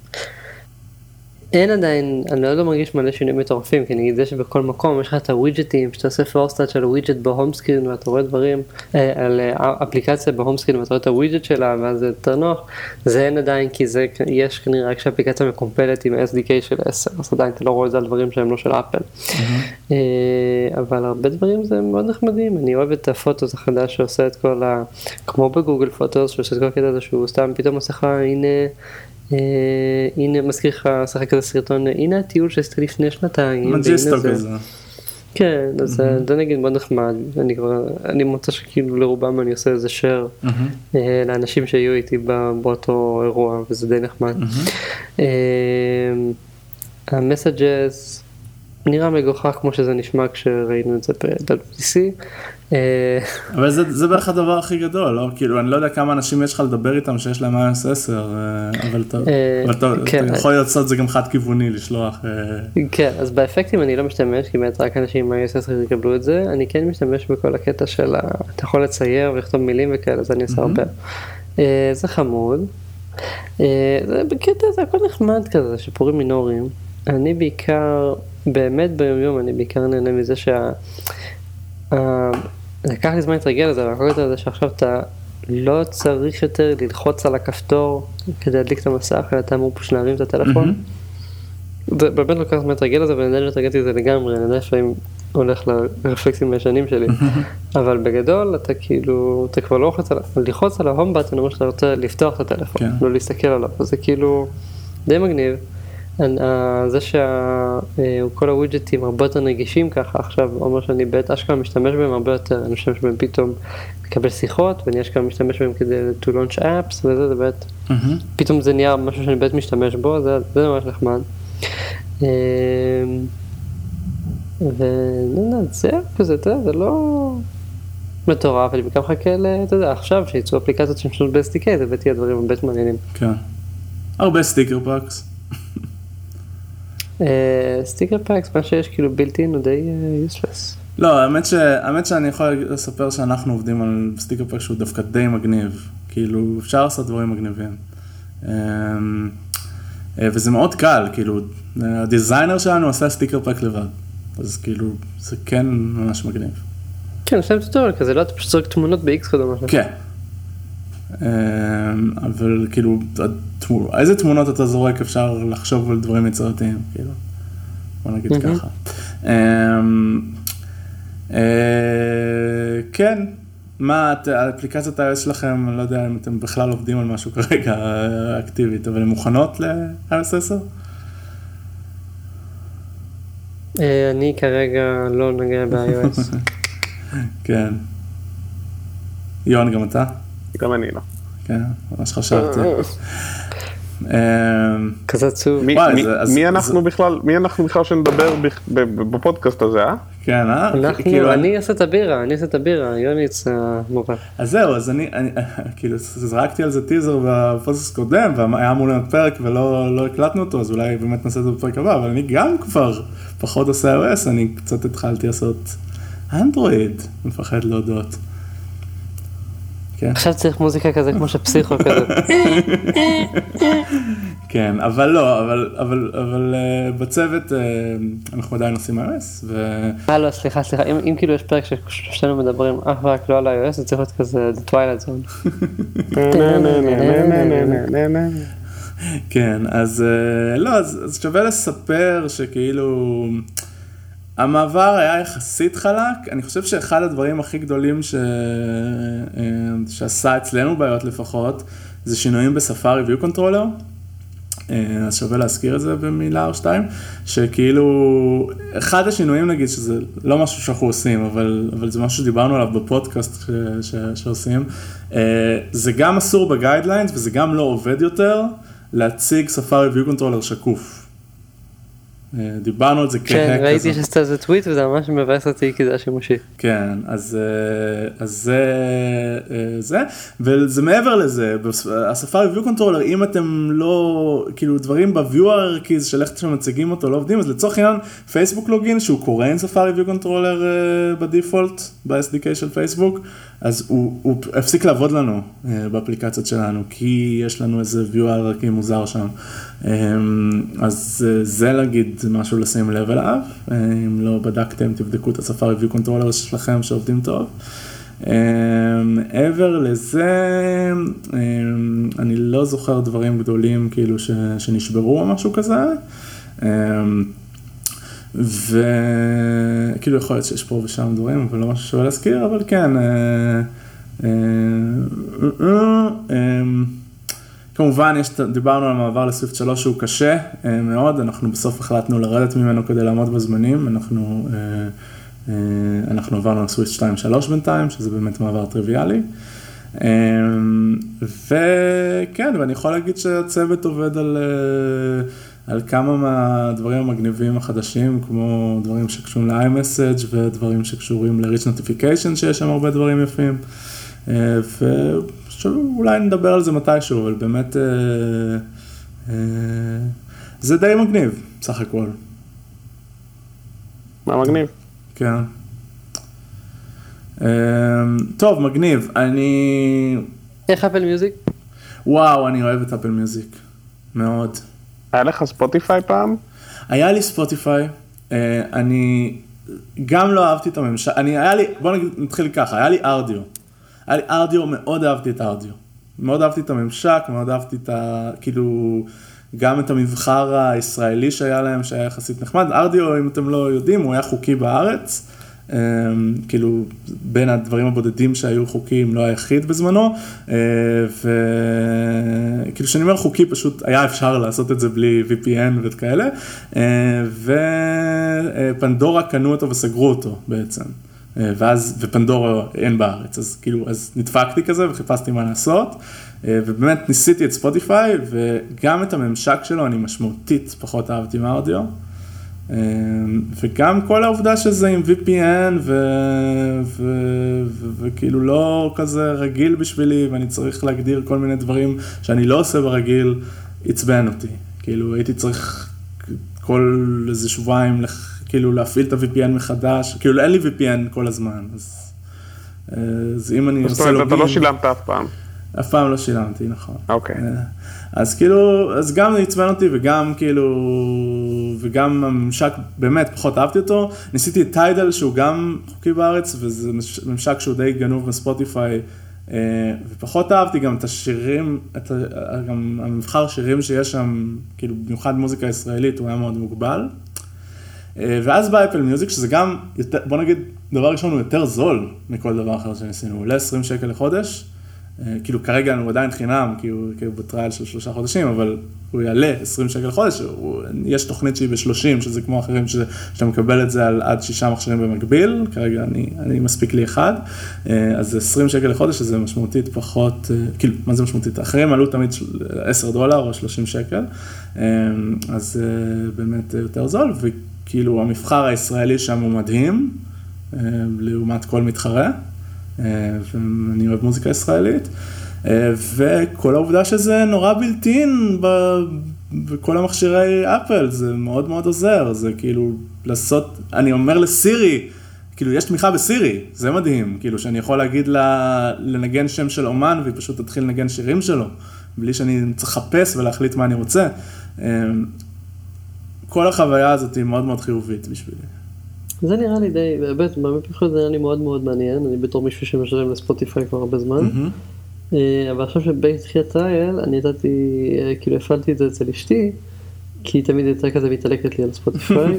אין עדיין, אני לא מרגיש מלא שינויים מטורפים, כי נגיד זה שבכל מקום יש לך את הווידג'טים, שאתה עושה פורסטאט של הווידג'ט בהום סקרין, ואתה רואה דברים, על אפליקציה בהום סקרין, ואתה רואה את הווידג'ט שלה, ואז זה יותר נוח, זה אין עדיין, כי זה, יש כנראה רק שהאפליקציה מקומפלת עם ה-אס די קיי של עשר, אז עדיין אתה לא רואה את זה על דברים שהם לא של אפל. אבל הרבה דברים זה מאוד נחמדים, אני אוהב את הפוטוס החדש שעושה את כל ה... כמו בגוגל פוטוס, שעושה את כל הקטע הזה שהוא סתם פתאום עושה לך, הנה, הנה מזכיר לך, שחק כזה סרטון, הנה הטיול שעשתה לפני שנתיים. מג'יסטו כזה. כן, אז זה נגיד מאוד נחמד, אני כבר, אני מוצא שכאילו לרובם אני עושה איזה שייר לאנשים שהיו איתי באותו אירוע, וזה די נחמד. המסאג'ס נראה מגוחך כמו שזה נשמע כשראינו את זה ב-דאבליו דאבליו די סי. אבל זה, זה בערך הדבר הכי גדול, לא? כאילו, אני לא יודע כמה אנשים יש לך לדבר איתם שיש להם איי או אס עשר, אבל אתה, אבל אתה, כן. אתה יכול לעשות את זה גם חד כיווני, לשלוח. כן, אז באפקטים אני לא משתמש, כי באמת רק אנשים עם איי או אס עשר יקבלו את זה, אני כן משתמש בכל הקטע של, אתה יכול לצייר ולכתוב מילים וכאלה, אז אני אעשה הרבה. זה חמוד. זה בקטע, זה הכל נחמד כזה, שיפורים מינוריים. אני בעיקר, באמת ביום יום, אני בעיקר נהנה מזה שה... לקח לי זמן להתרגל לזה, אבל הכל יותר זה שעכשיו אתה לא צריך יותר ללחוץ על הכפתור כדי להדליק את המסך, אלא אתה אמור פשוט להרים את הטלפון. זה באמת לקח זמן להתרגל לזה, ואני יודע להתרגלתי את זה לגמרי, אני יודע לפעמים הולך לרפלקסים מהשנים שלי, אבל בגדול אתה כאילו, אתה כבר לא לוחץ על, ללחוץ על ההום בטן, אומר שאתה רוצה לפתוח את הטלפון, לא להסתכל עליו, אז זה כאילו די מגניב. זה שכל הווידג'טים הרבה יותר נגישים ככה, עכשיו אומר שאני בעת אשכרה משתמש בהם הרבה יותר, אני משתמש בהם פתאום לקבל שיחות, ואני אשכרה משתמש בהם כדי to launch apps, וזה זה בעת, פתאום זה נהיה משהו שאני בעת משתמש בו, זה ממש נחמד. וזה כזה, זה לא מטורף, אני בעיקר מחכה, אתה יודע, עכשיו שיצאו אפליקציות שמשתמשות ב-אס די קיי, זה בית הדברים הבית מעניינים. כן, הרבה סטיקר פאקס. סטיקר פאקס, מה שיש כאילו בילטין הוא די יוסלס. לא, האמת ש... האמת שאני יכול לספר שאנחנו עובדים על סטיקר פאקס שהוא דווקא די מגניב, כאילו אפשר לעשות דברים מגניבים. וזה מאוד קל, כאילו הדיזיינר שלנו עושה סטיקר פאק לבד, אז כאילו זה כן ממש מגניב. כן, יש להם טוטוריאל כזה, לא אתה פשוט זורק תמונות ב-X כזה או משהו. כן. אבל כאילו, איזה תמונות אתה זורק אפשר לחשוב על דברים יצירתיים, כאילו, בוא נגיד ככה. כן, מה, האפליקציות האלה שלכם, אני לא יודע אם אתם בכלל עובדים על משהו כרגע אקטיבית, אבל הן מוכנות ל-איי או אס עשר? אני כרגע לא נגע ב-איי או אס. כן. יון, גם אתה? גם אני לא. כן, ממש חשבתי. כזה עצוב. מי אנחנו בכלל, מי אנחנו בכלל שנדבר בפודקאסט הזה, אה? כן, אה? אני אעשה את הבירה, אני אעשה את הבירה, יוניץ מובן. אז זהו, אז אני, כאילו, זרקתי על זה טיזר בפודקאסט קודם, והיה אמור להיות פרק ולא הקלטנו אותו, אז אולי באמת נעשה את זה בפרק הבא, אבל אני גם כבר פחות עושה איי או אס, אני קצת התחלתי לעשות אנדרואיד, מפחד להודות. עכשיו צריך מוזיקה כזה כמו שפסיכו כזה. כן, אבל לא, אבל, אבל, אבל uh, בצוות uh, אנחנו עדיין עושים iOS, ו... אה לא, סליחה, סליחה, אם, אם כאילו יש פרק ששתינו מדברים אך רק לא על iOS, זה צריך להיות כזה The Twilight Zone. כן, אז uh, לא, אז, אז שווה לספר שכאילו... המעבר היה יחסית חלק, אני חושב שאחד הדברים הכי גדולים ש... שעשה אצלנו בעיות לפחות, זה שינויים בספארי View Controller, אז שווה להזכיר את זה במילה או שתיים, שכאילו, אחד השינויים נגיד, שזה לא משהו שאנחנו עושים, אבל, אבל זה משהו שדיברנו עליו בפודקאסט ש... ש... שעושים, זה גם אסור בגיידליינס, וזה גם לא עובד יותר, להציג ספארי View Controller שקוף. דיברנו על זה כהק כזה. כן, ראיתי שעשתה איזה טוויט וזה ממש מבאס אותי כי זה השימושי. כן, אז, אז זה, זה, וזה מעבר לזה, הספארי View Controller, אם אתם לא, כאילו דברים ב-Viewer keys של איך אתם מציגים אותו לא עובדים, אז לצורך עניין פייסבוק לוגין שהוא קורא עם ספארי View Controller בדיפולט, ב-אס די קיי של פייסבוק, אז הוא, הוא הפסיק לעבוד לנו באפליקציות שלנו, כי יש לנו איזה Viewer key מוזר שם. אז זה להגיד משהו לשים לב אליו, אם לא בדקתם תבדקו את הספארי View Controller שלכם שעובדים טוב. מעבר לזה, אני לא זוכר דברים גדולים כאילו שנשברו או משהו כזה, וכאילו יכול להיות שיש פה ושם דברים, אבל לא משהו שווה להזכיר, אבל כן, כמובן, יש, דיברנו על מעבר לסוויפט שלוש שהוא קשה מאוד, אנחנו בסוף החלטנו לרדת ממנו כדי לעמוד בזמנים, אנחנו, אנחנו עברנו לסוויפט שתיים שלוש בינתיים, שזה באמת מעבר טריוויאלי. וכן, ואני יכול להגיד שהצוות עובד על, על כמה מהדברים המגניבים החדשים, כמו דברים שקשורים ל-iMessage ודברים שקשורים ל-Rich Notification, שיש שם הרבה דברים יפים. ו... אולי נדבר על זה מתישהו, אבל באמת אה, אה, זה די מגניב, סך הכל. מה מגניב? כן. אה, טוב, מגניב, אני... איך אפל מיוזיק? וואו, אני אוהב את אפל מיוזיק, מאוד. היה לך ספוטיפיי פעם? היה לי ספוטיפיי, אה, אני גם לא אהבתי את הממשק, אני, היה לי, בוא נתחיל ככה, היה לי ארדיו. היה לי ארדיו, מאוד אהבתי את הארדיו. מאוד אהבתי את הממשק, מאוד אהבתי את ה... כאילו, גם את המבחר הישראלי שהיה להם, שהיה יחסית נחמד. ארדיו, אם אתם לא יודעים, הוא היה חוקי בארץ. כאילו, בין הדברים הבודדים שהיו חוקיים, לא היחיד בזמנו. וכאילו, שאני אומר חוקי, פשוט היה אפשר לעשות את זה בלי וי פי אן ואת כאלה. ופנדורה קנו אותו וסגרו אותו בעצם. ואז, ופנדורה אין בארץ, אז כאילו, אז נדפקתי כזה וחיפשתי מה לעשות, ובאמת ניסיתי את ספוטיפיי, וגם את הממשק שלו אני משמעותית פחות אהבתי מהאודיו, וגם כל העובדה שזה עם וי פי אן, וכאילו לא כזה רגיל בשבילי, ואני צריך להגדיר כל מיני דברים שאני לא עושה ברגיל, עצבן אותי, כאילו הייתי צריך כל איזה שבועיים לך, כאילו להפעיל את ה-וי פי אן מחדש, כאילו אין לי וי פי אן כל הזמן, אז, אז אם אני עושה לוגין... אתה לא שילמת אף פעם? אף פעם לא שילמתי, נכון. אוקיי. אז כאילו, אז גם עצבן אותי וגם כאילו, וגם הממשק באמת פחות אהבתי אותו, ניסיתי את טיידל שהוא גם חוקי בארץ, וזה ממשק שהוא די גנוב בספוטיפיי, ופחות אהבתי גם את השירים, את, גם המבחר שירים שיש שם, כאילו במיוחד מוזיקה ישראלית, הוא היה מאוד מוגבל. ואז בא אפל מיוזיק, שזה גם, בוא נגיד, דבר ראשון הוא יותר זול מכל דבר אחר שניסינו, הוא עולה עשרים שקל לחודש, כאילו כרגע הוא עדיין חינם, כי הוא בטרייל של שלושה חודשים, אבל הוא יעלה עשרים שקל לחודש, יש תוכנית שהיא ב-שלושים, שזה כמו אחרים, שאתה מקבל את זה על עד שישה מכשירים במקביל, כרגע אני, אני מספיק לי אחד, אז זה עשרים שקל לחודש, שזה משמעותית פחות, כאילו, מה זה משמעותית? אחרים עלו תמיד עשרה דולר או שלושים שקל, אז באמת יותר זול, ו... כאילו המבחר הישראלי שם הוא מדהים, לעומת כל מתחרה, ואני אוהב מוזיקה ישראלית, וכל העובדה שזה נורא בלתין בכל המכשירי אפל, זה מאוד מאוד עוזר, זה כאילו לעשות, אני אומר לסירי, כאילו יש תמיכה בסירי, זה מדהים, כאילו שאני יכול להגיד לה, לנגן שם של אומן, והיא פשוט תתחיל לנגן שירים שלו, בלי שאני צריך לחפש ולהחליט מה אני רוצה. כל החוויה הזאת היא מאוד מאוד חיובית בשבילי. זה נראה לי די, באמת, במפחות זה נראה לי מאוד מאוד מעניין, אני בתור מישהו שמשלם לספוטיפיי כבר הרבה זמן, אבל עכשיו שבתחילת טרייל, אני ידעתי, כאילו הפעלתי את זה אצל אשתי, כי היא תמיד הייתה כזה מתעלקת לי על ספוטיפיי,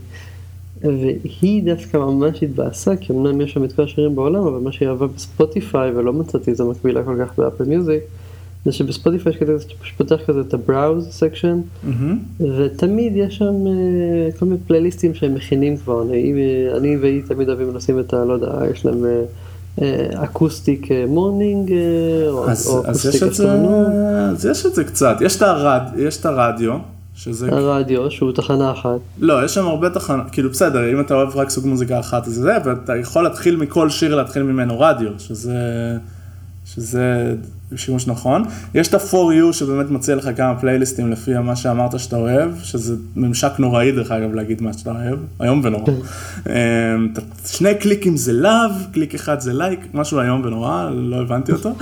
והיא דווקא ממש התבאסה, כי אמנם יש שם את כל השירים בעולם, אבל מה שהיא אהבה בספוטיפיי, ולא מצאתי איזה מקבילה כל כך באפל מיוזיק, זה שבספוטיפיי יש כזה, שפותח כזה את ה-browse section, ותמיד יש שם כל מיני פלייליסטים שהם מכינים כבר, אני והיא תמיד אוהבים לשים את ה, לא יודע, יש להם אקוסטיק מורנינג, או אקוסטיק אסטרונום. אז יש את זה קצת, יש את הרדיו, שזה... הרדיו, שהוא תחנה אחת. לא, יש שם הרבה תחנה, כאילו בסדר, אם אתה אוהב רק סוג מוזיקה אחת, אז זה, ואתה יכול להתחיל מכל שיר, להתחיל ממנו רדיו, שזה... שזה שימוש נכון. יש את ה-פור יו שבאמת מציע לך כמה פלייליסטים לפי מה שאמרת שאתה אוהב, שזה ממשק נוראי דרך אגב להגיד מה שאתה אוהב, היום ונורא. שני קליקים זה לאו, קליק אחד זה לייק, משהו היום ונורא, לא הבנתי אותו.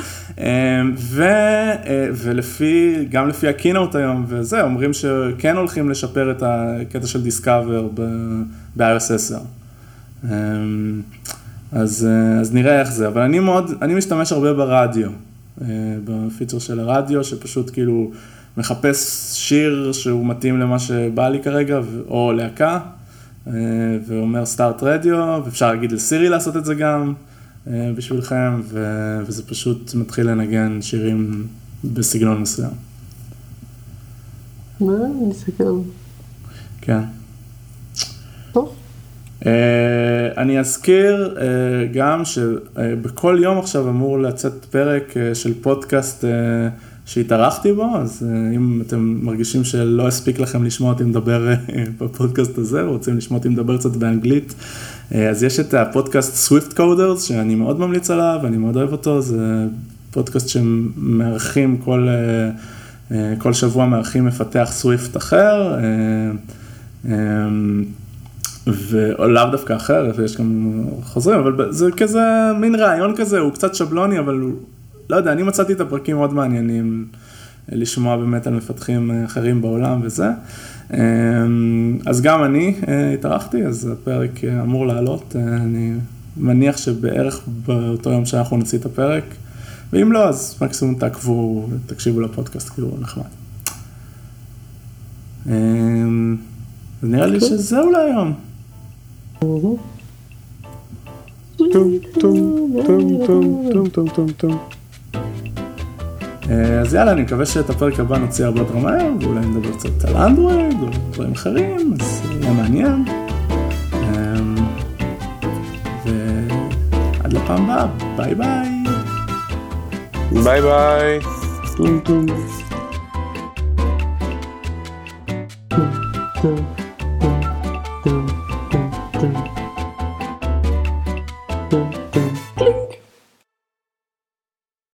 ולפי, גם לפי הקינוט היום וזה, אומרים שכן הולכים לשפר את הקטע של דיסקאבר ב-איי או אס עשר. אז, אז נראה איך זה, אבל אני מאוד, אני משתמש הרבה ברדיו, בפיצ'ר של הרדיו, שפשוט כאילו מחפש שיר שהוא מתאים למה שבא לי כרגע, או להקה, ואומר סטארט רדיו, ואפשר להגיד לסירי לעשות את זה גם בשבילכם, וזה פשוט מתחיל לנגן שירים בסגנון מסוים. מה? נסתכל. כן. טוב. אני אזכיר גם שבכל יום עכשיו אמור לצאת פרק של פודקאסט שהתארחתי בו, אז אם אתם מרגישים שלא הספיק לכם לשמוע אותי מדבר בפודקאסט הזה, רוצים לשמוע אותי מדבר קצת באנגלית, אז יש את הפודקאסט Swift Coders, שאני מאוד ממליץ עליו, אני מאוד אוהב אותו, זה פודקאסט שמארחים כל, כל שבוע מארחים מפתח סוויפט אחר, ולאו דווקא אחר, ויש גם חוזרים, אבל זה כזה מין רעיון כזה, הוא קצת שבלוני, אבל הוא, לא יודע, אני מצאתי את הפרקים מאוד מעניינים, לשמוע באמת על מפתחים אחרים בעולם וזה. אז גם אני התארחתי, אז הפרק אמור לעלות, אני מניח שבערך באותו יום שאנחנו נוציא את הפרק, ואם לא, אז מקסימום תעקבו, תקשיבו לפודקאסט, כאילו נחמד. אז נראה לי שזהו להיום. אז יאללה, אני מקווה שאת הפרק הבא נוציא הרבה יותר מהר, ואולי נדבר קצת על אנדרואיד או דברים אחרים, אז יהיה מעניין. ועד לפעם הבאה, ביי ביי. ביי ביי. טום טום. Dun, dun, dun, dun.